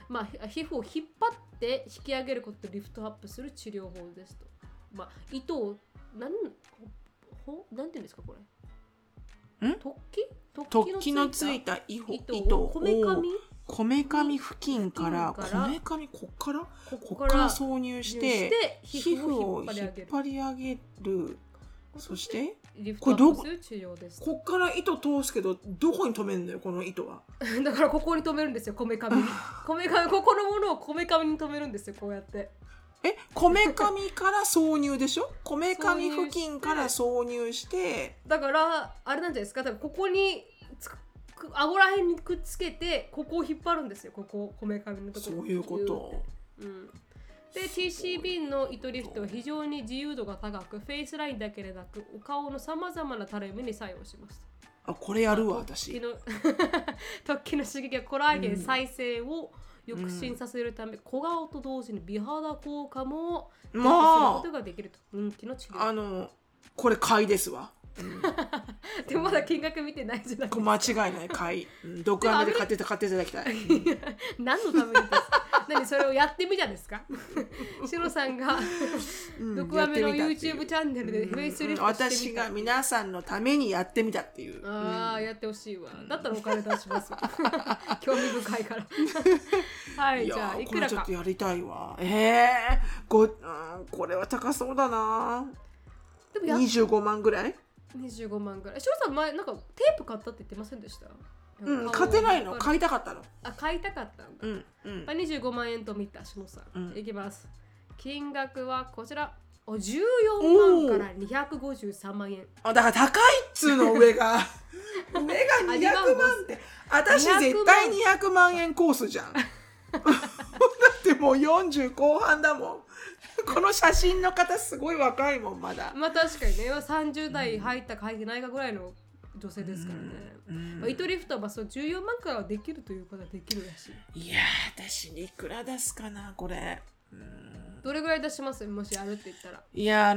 まあ、皮膚を引っ張って引き上げることでリフトアップする治療法ですと。まあ、糸をなんていうんですかこれ？ 突起のついた糸をこめかみ付近からここから挿入して皮膚を引っ張り上げる。そしてこれこっから糸通すけどどこに止めるのよこの糸は。 だからここに止めるんですよ、こめかみに。ここのものをこめかみに止めるんですよ、こうやって。 こめかみから挿入でしょ。こめかみ付近から挿入して、だからあれなんじゃないですか。多分ここに顎らへんにくっつけてここを引っ張るんですよ、こめかみのところ。 そういうこと。 で TCB の糸リフトは非常に自由度が高く、フェイスラインだけでなくお顔のさまざまなたるみに作用します。 これやるわ私。 突起の刺激やコラーゲン再生を抑進させるため、小顔と同時に美肌効果もすることができると人気の治療。 これ買いですわ。 でもまだ金額見てないじゃないですか。間違いない買い。毒飴で買っていただきたい。 何のためにですか？何それをやってみたんですか？シロさんが毒飴の YouTube チャンネルでフェイスリフトしてみた。 私が皆さんのためにやってみたっていう。 やってほしいわ。だったらお金出します。興味深いから。はい、じゃあいくらか。 これちょっとやりたいわ。これは高そうだな。でも25万ぐらい ？25万ぐらい。シロさん前なんかテープ買ったって言ってませんでした？ 買ってないの。買いたかったの。 買いたかったんだ。25万円と見たシロさん。いきます。金額はこちら。14万から253万円。 だから高いっつうの上が。上が200万って。私絶対200万円コースじゃん。だってもう40後半だもん。この写真の方すごい若いもんまだ。 まあ確かにね、30代入ったか入ってないかぐらいの女性ですからね。糸リフトはそう14万からできるということはできるらしい。 いや私にいくら出すかなこれ。 どれぐらい出します？もしやるって言ったら。 いや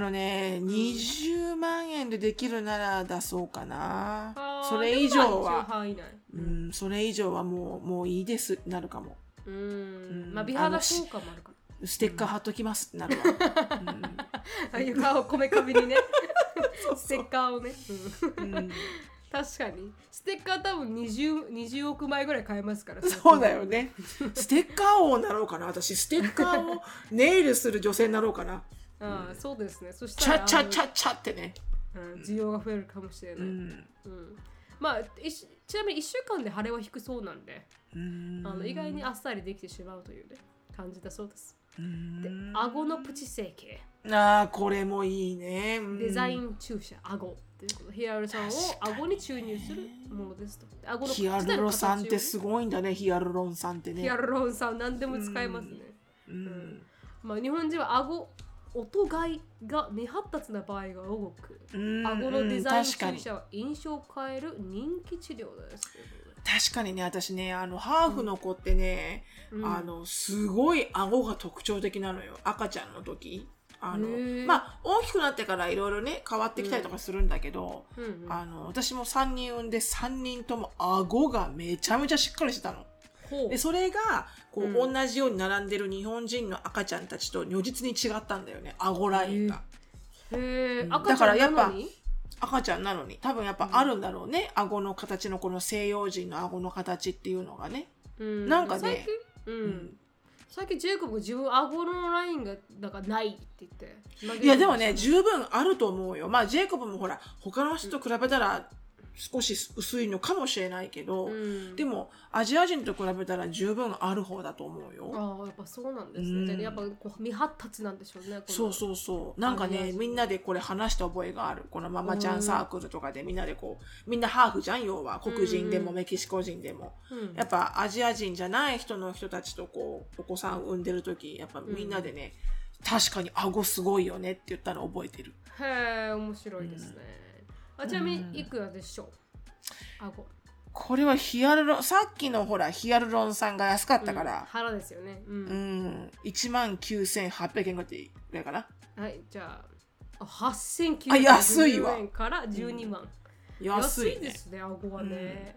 20万円でできるなら出そうかな。それ以上はそれ以上はもういいですなるかも。 まあ美肌効果もあるから。ステッカー貼っときますなるわ。 床をこめかみにね。ステッカーをね。確かにステッカー多分20億枚ぐらい買えますから。 そうだよね。ステッカー王になろうかな。私ステッカーをネイルする女性になろうかな。 そうですね。そしたらチャってね、 需要が増えるかもしれない。まあちなみに1週間で腫れは低そうなんで、意外にあっさりできてしまうというね感じだそうです。で顎のプチ整形。 これもいいね。 デザイン注射顎ということでヒアルロン酸を顎に注入するものですと。 ヒアルロ酸ってすごいんだね。ヒアルロン酸ってね。 ヒアルロン酸何でも使えますね。まあ日本人は顎音貝が未発達な場合が多く、顎のデザイン注射は印象を変える人気治療です。 確かにね、私ねハーフの子ってね、すごい顎が特徴的なのよ。赤ちゃんの時まあ大きくなってからいろいろね変わってきたりとかするんだけど、私も3人産んで3人とも顎がめちゃめちゃしっかりしてたの。でそれがこう、同じように並んでる日本人の赤ちゃんたちと如実に違ったんだよね、顎ラインが。だからやっぱ赤ちゃんなのに多分やっぱあるんだろうね、顎の形のこの西洋人の顎の形っていうのがね、なんかね最近ジェイコブが自分顎のラインがなんかないって言って、 いやでもね十分あると思うよ。まあジェイコブもほら他の人と比べたら少し薄いのかもしれないけど、でもアジア人と比べたら十分ある方だと思うよ。 やっぱそうなんですね。じゃあやっぱこう未発達なんでしょうね。 そうなんかねみんなでこれ話した覚えがある。このママちゃんサークルとかでみんなでこうみんなハーフじゃん、要は黒人でもメキシコ人でも、やっぱアジア人じゃない人たちとこうお子さん産んでる時やっぱみんなでね、確かに顎すごいよねって言ったの覚えてる。 へえ、面白いですね。ちなみにいくらでしょう？顎。これはさっきのほらヒアルロン酸が安かったから、 腹ですよね。 19,800円ぐらいかな。 はい、じゃあ8,900円から12万。 安いですね、顎はね。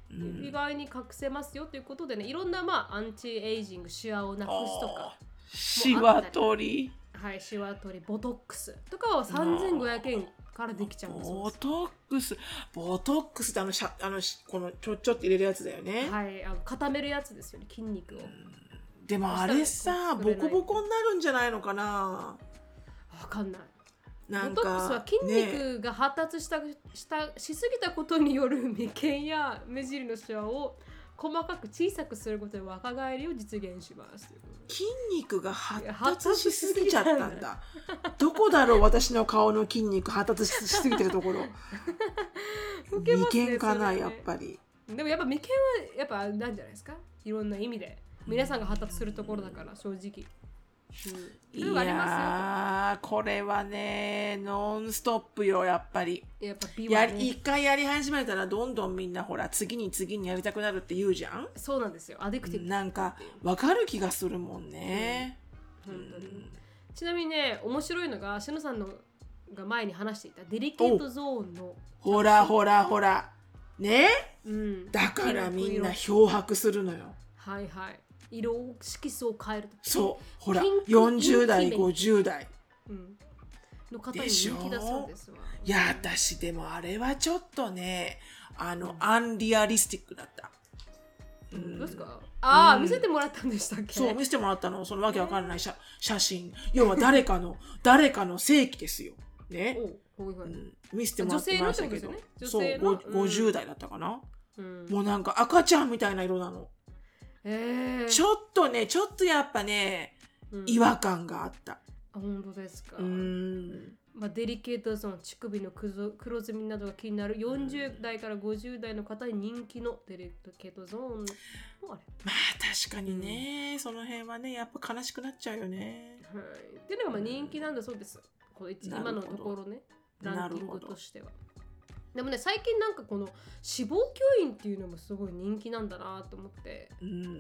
意外に隠せますよということでね、いろんなアンチエイジング、シワをなくすとか、 シワ取り、 はい、シワ取り、ボトックスとかは3500円からできちゃうんです。 ボトックスってこのちょっと入れるやつだよね。 はい、固めるやつですよね、筋肉を。 でもあれさ、ボコボコになるんじゃないのかな。 わかんない。ボトックスは筋肉が発達しすぎたことによる眉間や目尻のシワを細かく小さくすることで若返りを実現します。 筋肉が発達しすぎちゃったんだ。どこだろう、私の顔の筋肉発達しすぎてるところ。眉間かな、やっぱり。 でもやっぱ眉間はやっぱなんじゃないですか。いろんな意味で皆さんが発達するところだから正直。 いやー、これはね、ノンストップよ、やっぱり。 やっぱ美はね、 一回やり始めたらどんどんみんなほら次にやりたくなるって言うじゃん。 そうなんですよ、アディクティブ。 なんか分かる気がするもんね。 ちなみにね、面白いのがしのさんのが前に話していたデリケートゾーンのほらね、だからみんな漂白するのよ。 はいはい、色色素を変えると。 そう、ほら40代50代、 の方に人気だそうですわ。 いや、私でもあれはちょっとね、アンリアリスティックだった。 どうですか？見せてもらったんでしたっけ？ そう、見せてもらったの。そのわけわかんない写真。要は誰かの正規ですよ。ね。見せてもらってましたけど。そう、50代だったかな。もうなんか赤ちゃんみたいな色なの。ちょっとやっぱね、違和感があった。 本当ですか？デリケートゾーン、乳首の黒ずみなどが気になる40代から50代の方に人気のデリケートゾーンもあれ。 まあ確かにね、その辺はね、やっぱ悲しくなっちゃうよね。 はい。っていうのが人気なんだそうです。今のところね、ランキングとしては。でもね、最近なんかこの脂肪吸引っていうのもすごい人気なんだなと思って、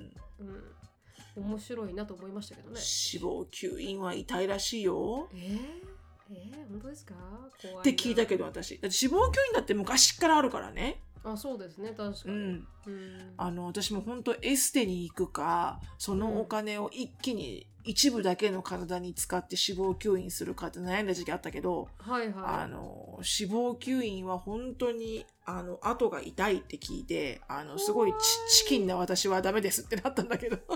面白いなと思いましたけどね。 脂肪吸引は痛いらしいよ。 本当ですか？怖いなって聞いたけど、私だって脂肪吸引だって昔からあるからね。 そうですね、確かに。 私も本当エステに行くか、そのお金を一気に一部だけの体に使って脂肪吸引するかって悩んだ時期あったけど、脂肪吸引は本当に後が痛いって聞いて、すごいチキンな私はダメですってなったんだけど。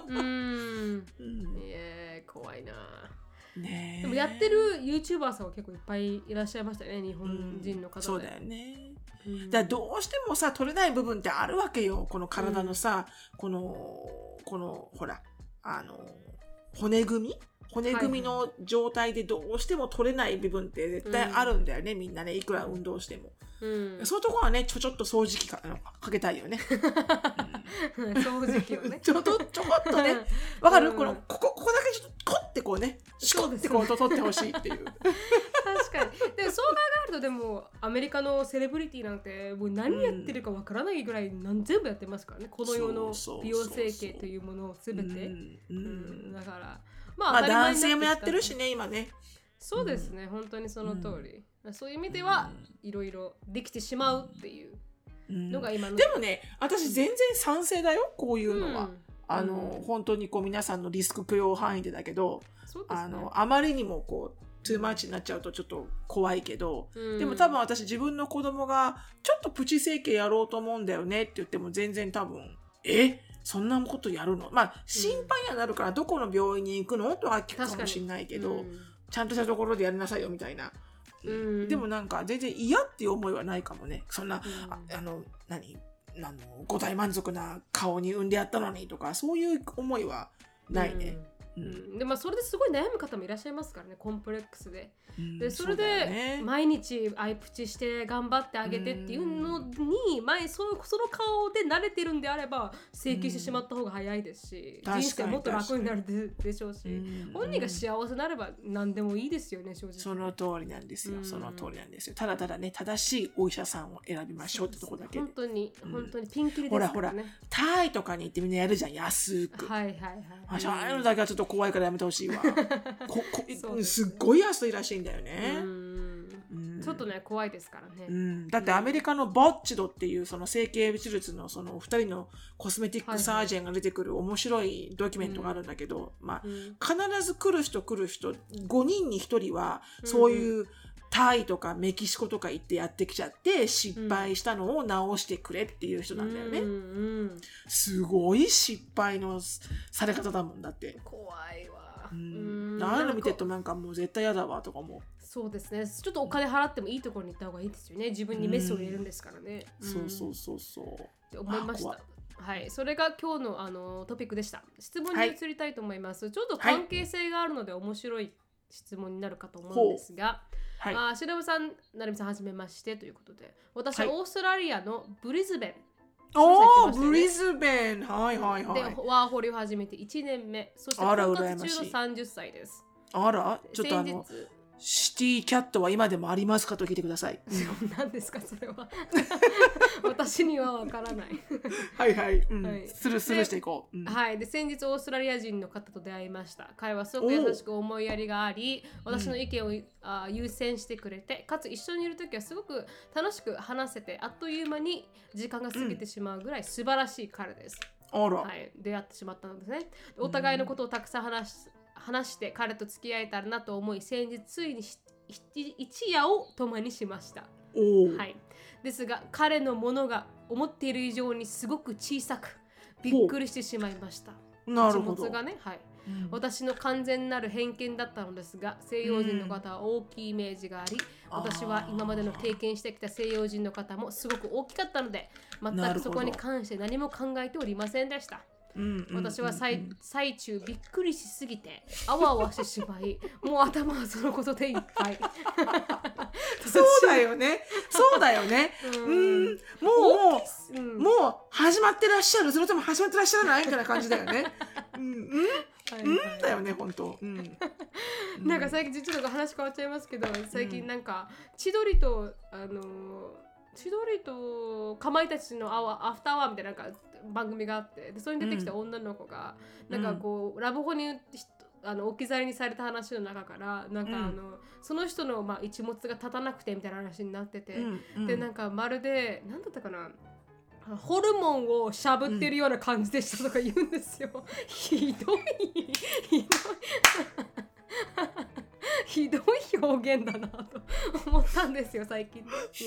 怖いな。 ね、 でもやってる YouTuber さんは結構いっぱいいらっしゃいましたね、日本人の方で。 そうだよね。だからどうしてもさ、取れない部分ってあるわけよ。この体のさ、このほら骨組みの状態でどうしても取れない部分って絶対あるんだよね、みんなね、いくら運動しても。そういうところはね、ちょっと掃除機かけたいよね。 掃除機をね。 ちょこっとね、わかる？ここだけちょっとコッてこうね、シュコってこう取ってほしいっていう。 確かに。でもそう考えると、でもアメリカのセレブリティなんてもう何やってるかわからないぐらい全部やってますからね。この世の美容整形というものをすべて。だから男性もやってるしね、今ね。 そうですね、本当にその通り。そういう意味ではいろいろできてしまうっていうのが今の。 でもね、私全然賛成だよ、こういうのは。本当に皆さんのリスク許容範囲でだけど、あまりにもトゥーマッチになっちゃうとちょっと怖いけど、でも多分私自分の子供がちょっとプチ整形やろうと思うんだよねって言っても全然多分そんなことやるの？心配になるからどこの病院に行くのとは聞くかもしれないけど、ちゃんとしたところでやりなさいよみたいな。でもなんか全然嫌っていう思いはないかもね。そんな、五体満足な顔に産んでやったのにとかそういう思いはないね。 でそれですごい悩む方もいらっしゃいますからね、コンプレックスで。それで毎日アイプチして頑張ってあげてっていうのに、その顔で慣れてるんであれば整形してしまった方が早いですし、人生もっと楽になるでしょうし、本人が幸せになれば何でもいいですよね、正直。 その通りなんですよ。ただただね、正しいお医者さんを選びましょうってとこだけで。 本当にピンキリですからね。 タイとかに行ってみんなやるじゃん、安く。ああいうのだけはちょっと怖いからやめてほしいわ。すっごい安いらしいんだよね。 ちょっとね怖いですからね、 だってアメリカのボッチドっていうその整形手術のその2人のコスメティックサージェンが出てくる面白いドキュメントがあるんだけど、必ず来る人5人に1人はそういうタイとかメキシコとか行ってやってきちゃって失敗したのを直してくれっていう人なんだよね、すごい失敗のされ方だもんだって。 怖いわ。 ああいうの見てるとなんかもう絶対やだわとか思う。 そうですね。ちょっとお金払ってもいいところに行った方がいいですよね。自分にメスを入れるんですからね。 そうって思いました。はい、それが今日のトピックでした。質問に移りたいと思います。ちょっと関係性があるので面白い質問になるかと思うんですが、しのぶさん、なるみさんはじめましてということで、私はオーストラリアのブリズベン。 ブリズベン、でワーホリを始めて1年目、そして婚活中の30歳です。 あら、ちょっとシティキャットは今でもありますかと聞いてください。 何ですかそれは。私にはわからない。 スルーしていこう。 で先日オーストラリア人の方と出会いました。彼はすごく優しく思いやりがあり、私の意見を優先してくれて、かつ一緒にいるときはすごく楽しく話せて、あっという間に時間が過ぎてしまうぐらい素晴らしい彼です。出会ってしまったのですね。お互いのことをたくさん話して彼と付き合えたらなと思い、先日ついに一夜を共にしました。ですが彼のものが思っている以上にすごく小さくびっくりしてしまいました。 なるほど。 がね、私の完全なる偏見だったのですが、西洋人の方は大きいイメージがあり、私は今までの経験してきた西洋人の方もすごく大きかったので、全くそこに関して何も考えておりませんでした。私は最中びっくりしすぎてあわあわしてしまい、もう頭はそのことでいっぱい。 そうだよね。もう始まってらっしゃる、それとも始まってらっしゃらないみたいな感じだよね。だよね本当。 なんか最近ちょっと話変わっちゃいますけど、最近なんか千鳥とかまいたちのアフターアワーみたいな番組があって、でそれに出てきた女の子が、なんかこうラブホに置き去りにされた話の中からなんかその人の一物が立たなくてみたいな話になってて、でなんかまるで何だったかな、ホルモンをしゃぶってるような感じでしたとか言うんですよ。ひどい表現だなと思ったんですよ最近。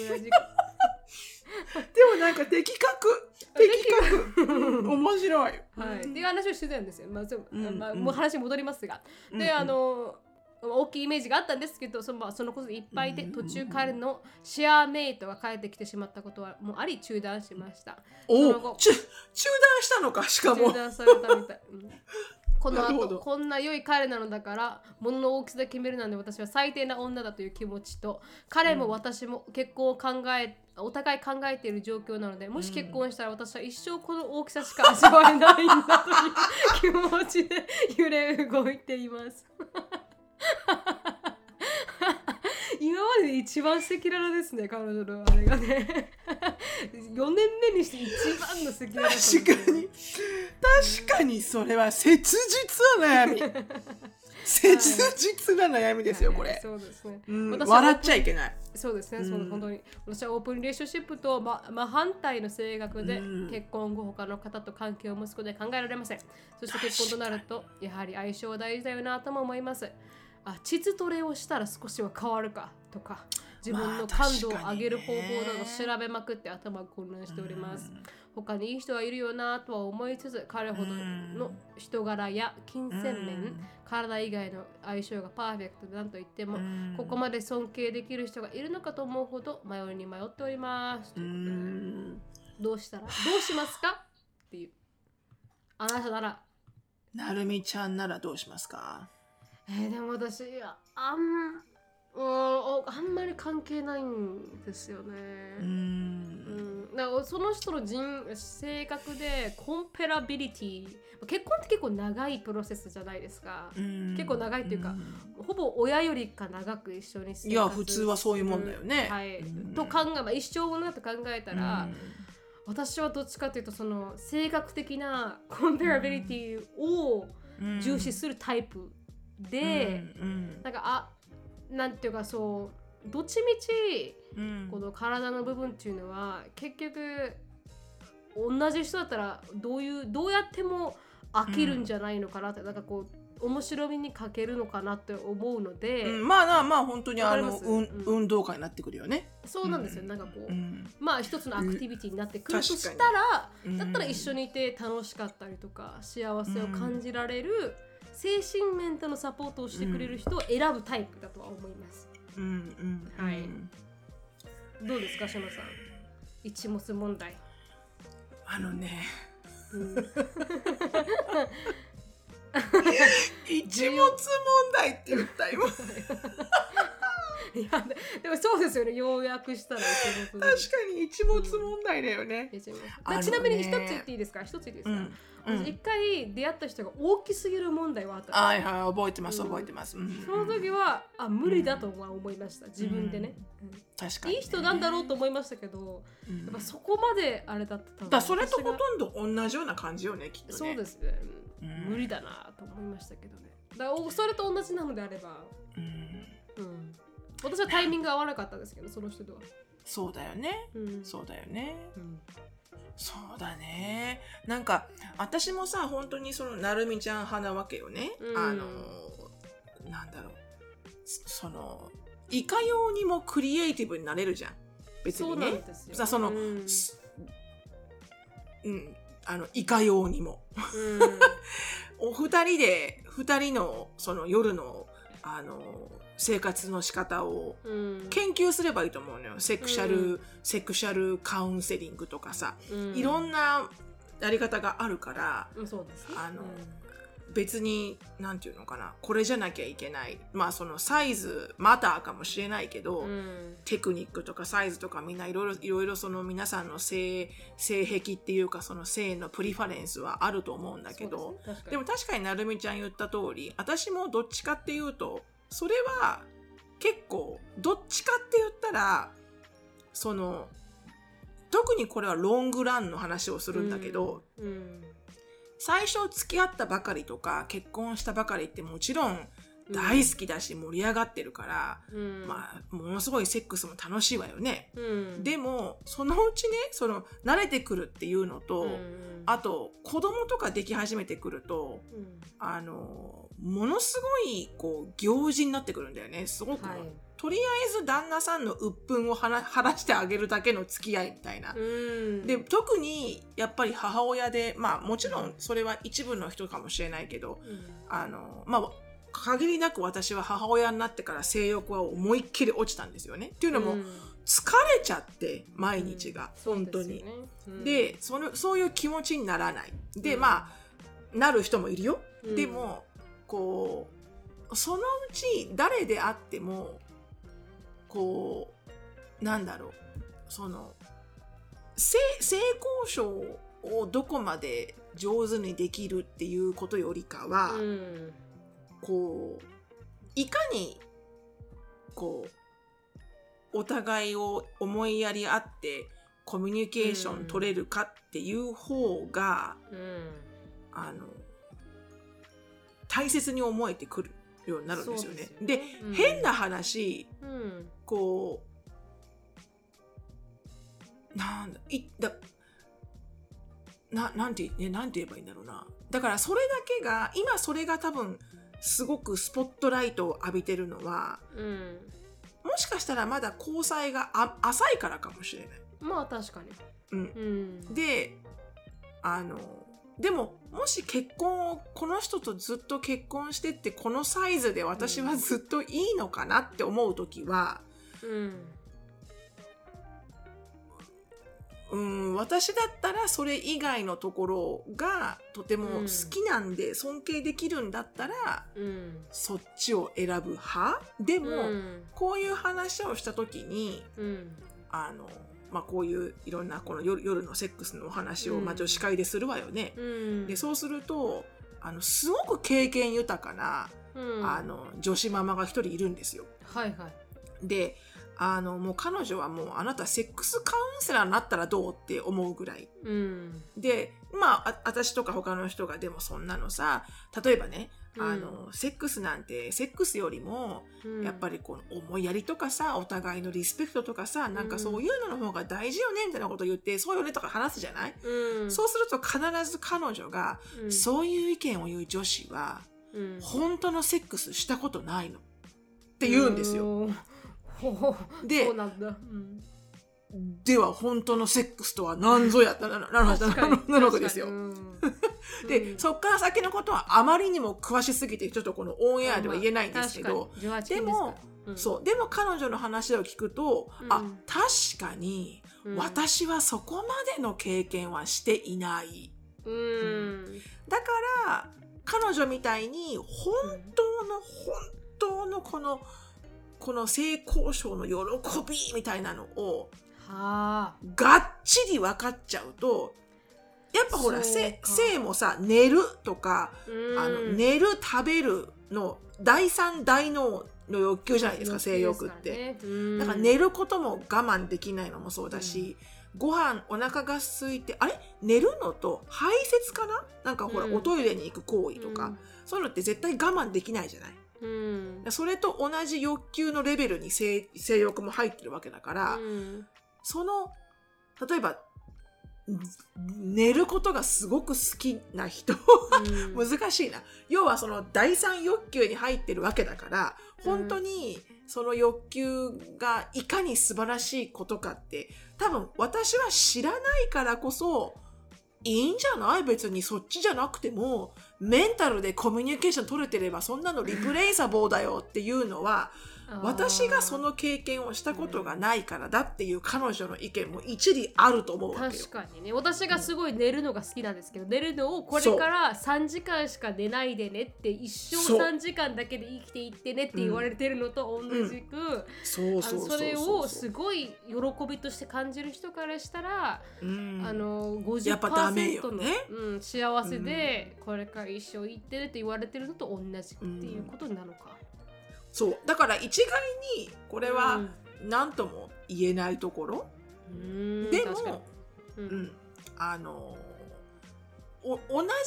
でもなんか的確面白い。 っていう話をしてたんですよ。もう話に戻りますが、で大きいイメージがあったんですけど、そのことでいっぱいで、途中彼のシェアメイトが帰ってきてしまったことはもうあり中断しました。 中断したのか、しかも中断されたみたい。この後こんな良い彼なのだから物の大きさで決めるなんで、私は最低な女だという気持ちと、彼も私も結婚をお互い考えている状況なので、もし結婚したら私は一生この大きさしか味わえないんだという気持ちで揺れ動いています。今までで一番赤裸々ですね、彼女のあれがね。4年目にして一番の赤裸々ですね。 確かにそれは切実な悩み。切実な悩みですよこれ。 そうですね。 笑っちゃいけない。 そうですね。本当に私はオープンリレーションシップと真反対の性格で、結婚後他の方と関係を持つことで考えられません。そして結婚となるとやはり相性は大事だよなとも思います。膣トレをしたら少しは変わるかとか、自分の感度を上げる方法など調べまくって頭が混乱しております。他にいい人はいるよなとは思いつつ、彼ほどの人柄や金銭面、体以外の相性がパーフェクトだなんと言っても、ここまで尊敬できる人がいるのかと思うほど迷っております。どうしますかっていう。あなたなら。 なるみちゃんならどうしますか？ でも私あんまり関係ないんですよね。だからその人の性格でコンペラビリティ、結婚って結構長いプロセスじゃないですか。結構長いっていうか、ほぼ親よりか長く一緒に生活。 いや普通はそういうもんだよね。 と一生ものだと考えたら、私はどっちかというとその性格的なコンペラビリティを重視するタイプで、なんかなんていうか、そうどっちみち、この体の部分っていうのは結局同じ人だったらどうやっても飽きるんじゃないのかなって、なんかこう面白みに欠けるのかなって思うので、 まあ本当に運動会になってくるよね。 そうなんですよ。なんかこう、まあ一つのアクティビティになってくるとしたら、だったら一緒にいて楽しかったりとか幸せを感じられる、精神面でのサポートをしてくれる人を選ぶタイプだとは思います。はい。どうですか、しのさん。一物問題。 一物問題って言った今。 いやでもそうですよね。要約したら一物。 確かに一物問題だよね。 ちなみに一つ言っていいですか？一回出会った人が大きすぎる問題はあったんです。 はいはい、覚えてます。その時は無理だとは思いました。自分でね。 確かに。 いい人なんだろうと思いましたけど、やっぱそこまであれだっただ。それとほとんど同じような感じよね、きっとね。 そうですね。無理だなと思いましたけどね。だからそれと同じなのであれば、私はタイミング合わなかったですけど、その人とは。 そうだよね。そうだよね。そうだね。なんか私もさ、本当にそのなるみちゃん派なわけよね。なんだろう、そのいかようにもクリエイティブになれるじゃん。別にね。さ、そのいかようにも。お二人のその夜の生活の仕方を研究すればいいと思うのよ。セクシャルカウンセリングとかさ、いろんなやり方があるから、 そうですね。 別になんていうのかな、これじゃなきゃいけない、まあそのサイズマターかもしれないけど、テクニックとかサイズとかみんないろいろその皆さんの性癖っていうか、その性のプリファレンスはあると思うんだけど、でも確かになるみちゃん言った通り、私もどっちかっていうとそれは結構どっちかって言ったら、その特にこれはロングランの話をするんだけど、最初付き合ったばかりとか結婚したばかりってもちろん大好きだし盛り上がってるから、まあものすごいセックスも楽しいわよね。でもそのうちね、その慣れてくるっていうのと、あと子供とかでき始めてくると、ものすごいこう行事になってくるんだよね。すごく、とりあえず旦那さんの鬱憤を晴らしてあげるだけの付き合いみたいな。で特にやっぱり母親で、まあもちろんそれは一部の人かもしれないけど、まあ限りなく私は母親になってから性欲は思いっきり落ちたんですよね。っていうのも、疲れちゃって毎日が、本当に。でそういう気持ちにならない。でまあなる人もいるよ。でもこうそのうち誰であってもこうなんだろう、その性交渉をどこまで上手にできるっていうことよりかは、こういかにこうお互いを思いやり合ってコミュニケーション取れるかっていう方が、大切に思えてくるようになるんですよね。で、変な話、こうなんて言えばいいんだろうな。だからそれだけが今それが多分すごくスポットライトを浴びてるのは、もしかしたらまだ交際が浅いからかもしれない。 まあ確かに。 ででももしこの人とずっと結婚してってこのサイズで私はずっといいのかなって思うときは、私だったらそれ以外のところがとても好きなんで尊敬できるんだったら、そっちを選ぶ派でも、こういう話をした時に、まあ、こういういろんなこの夜のセックスのお話を、女子会でするわよね。でそうするとすごく経験豊かな、女子ママが一人いるんですよ。でもう彼女はもうあなたセックスカウンセラーになったらどうって思うぐらい、で私とか他の人がでもそんなのさ、例えばね、セックスなんてセックスよりも、やっぱりこの思いやりとかさ、お互いのリスペクトとかさ、なんかそういうのの方が大事よねみたいなこと言って、そうよねとか話すじゃない、そうすると必ず彼女が、そういう意見を言う女子は、本当のセックスしたことないのって言うんですよ。で、そうなんだ、では本当のセックスとは何ぞやったなのかですよ。で、そっから先のことはあまりにも詳しすぎてちょっとこのオンエアでは言えないんですけど、でも彼女の話を聞くと、確かに私はそこまでの経験はしていない、だから彼女みたいに本当のこの性交渉の喜びみたいなのをがっちり分かっちゃうと、やっぱほら性もさ、寝るとか、寝る食べるの第三大脳の欲求じゃないですか、性欲って。だから寝ることも我慢できないのもそうだし、ご飯お腹が空いて寝るのと排泄かな、なんかほら、おトイレに行く行為とか、そういうのって絶対我慢できないじゃない。それと同じ欲求のレベルに性欲も入ってるわけだから、例えば寝ることがすごく好きな人難しいな。要はその第三欲求に入ってるわけだから、本当にその欲求がいかに素晴らしいことかって多分私は知らないからこそ、いいんじゃない？別にそっちじゃなくてもメンタルでコミュニケーション取れてればそんなのリプレイサボーだよっていうのは、私がその経験をしたことがないからだっていう彼女の意見も一理あると思うわけよ。 確かにね、私がすごい寝るのが好きなんですけど、寝るのをこれから3時間しか寝ないでねって、一生3時間だけで生きていってねって言われてるのと同じく、それをすごい喜びとして感じる人からしたら、50% の、幸せでこれから一生生きてねって言われてるのと同じっていうことなのか。 そうだから一概にこれは何とも言えないところ、でも、同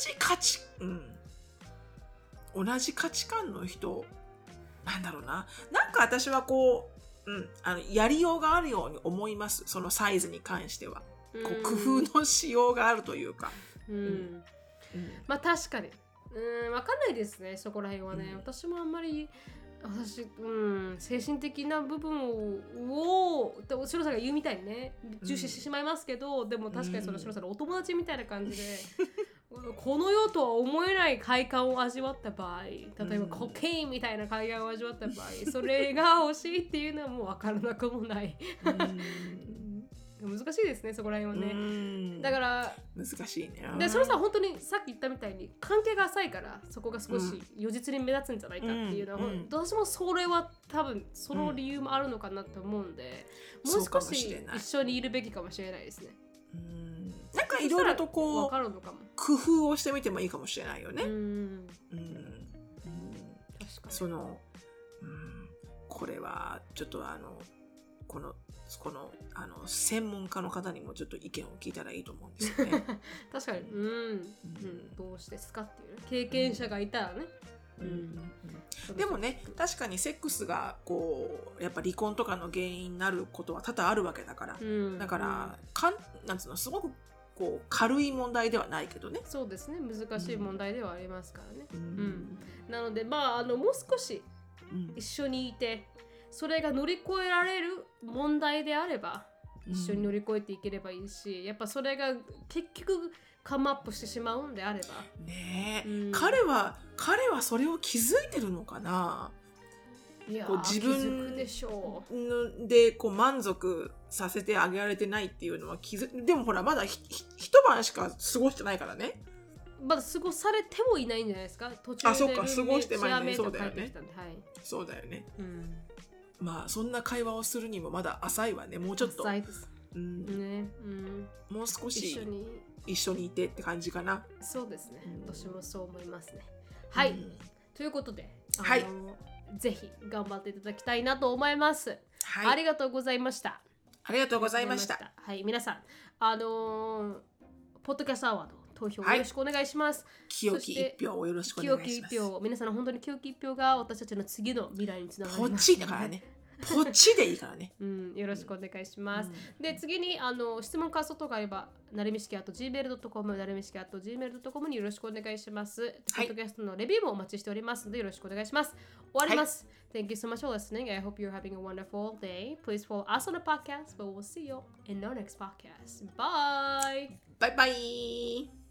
じ価値観の人なんだろうな、なんか私はこう、やりようがあるように思います。そのサイズに関してはこう工夫のしようがあるというか、 まあ確かに分かんないですね、そこら辺はね。私もあんまり精神的な部分を白さんが言うみたいにね重視してしまいますけど、でも確かにその白さんのお友達みたいな感じでこの世とは思えない快感を味わった場合、例えばコケインみたいな快感を味わった場合、それが欲しいっていうのはもう分からなくもない難しいですね、そこら辺はね。だから難しいね。 でそれさ、本当にさっき言ったみたいに関係が浅いからそこが少し如実に目立つんじゃないかっていうのは、私もそれは多分その理由もあるのかなと思うんで、もう少し一緒にいるべきかもしれないですね。 なんかいろいろとこう工夫をしてみてもいいかもしれないよね。確かにそのこれはちょっとこの専門家の方にもちょっと意見を聞いたらいいと思うんですよね。 確かに、どうしてですかっていう経験者がいたらね。 でもね、確かにセックスがこうやっぱ離婚とかの原因になることは多々あるわけだから、だからなんつうの、すごくこう軽い問題ではないけどね。 そうですね、難しい問題ではありますからね。なのでもう少し一緒にいて、それが乗り越えられる問題であれば一緒に乗り越えていければいいし、やっぱそれが結局カムアップしてしまうんであればねえ、彼はそれを気づいてるのかな。こう自分でしょうでこう満足させてあげられてないっていうのはでもほらまだ一晩しか過ごしてないからね。 まだ過ごされてもいないんじゃないですか。途中でそうか、過ごしてないね。そうだよね。そうだよね。まあそんな会話をするにもまだ浅いわね。もうちょっと浅いです、 もう少し一緒にいてって感じかな。 そうですね、私もそう思いますね。はい、ということでぜひ頑張っていただきたいなと思います。 はい、 ありがとうございました。 ありがとうございました。 はい、皆さん、ポッドキャストアワード投票よろしくお願いします。 清き一票をよろしくお願いします。 清き一票、皆さんの本当に清き一票が私たちの次の未来につながります。 ポチだからね。ポチでいいからね。 よろしくお願いします。で、次に質問感想とかあれば、なるみしき@gmail.com、なるみしき@gmail.com によろしくお願いします。ポッドキャストのレビューもお待ちしておりますので、よろしくお願いします。終わります。Thank you so much for listening. I hope you're having a wonderful day. Please follow us on the podcast, but we'll see you in our next podcast. Bye! Bye bye!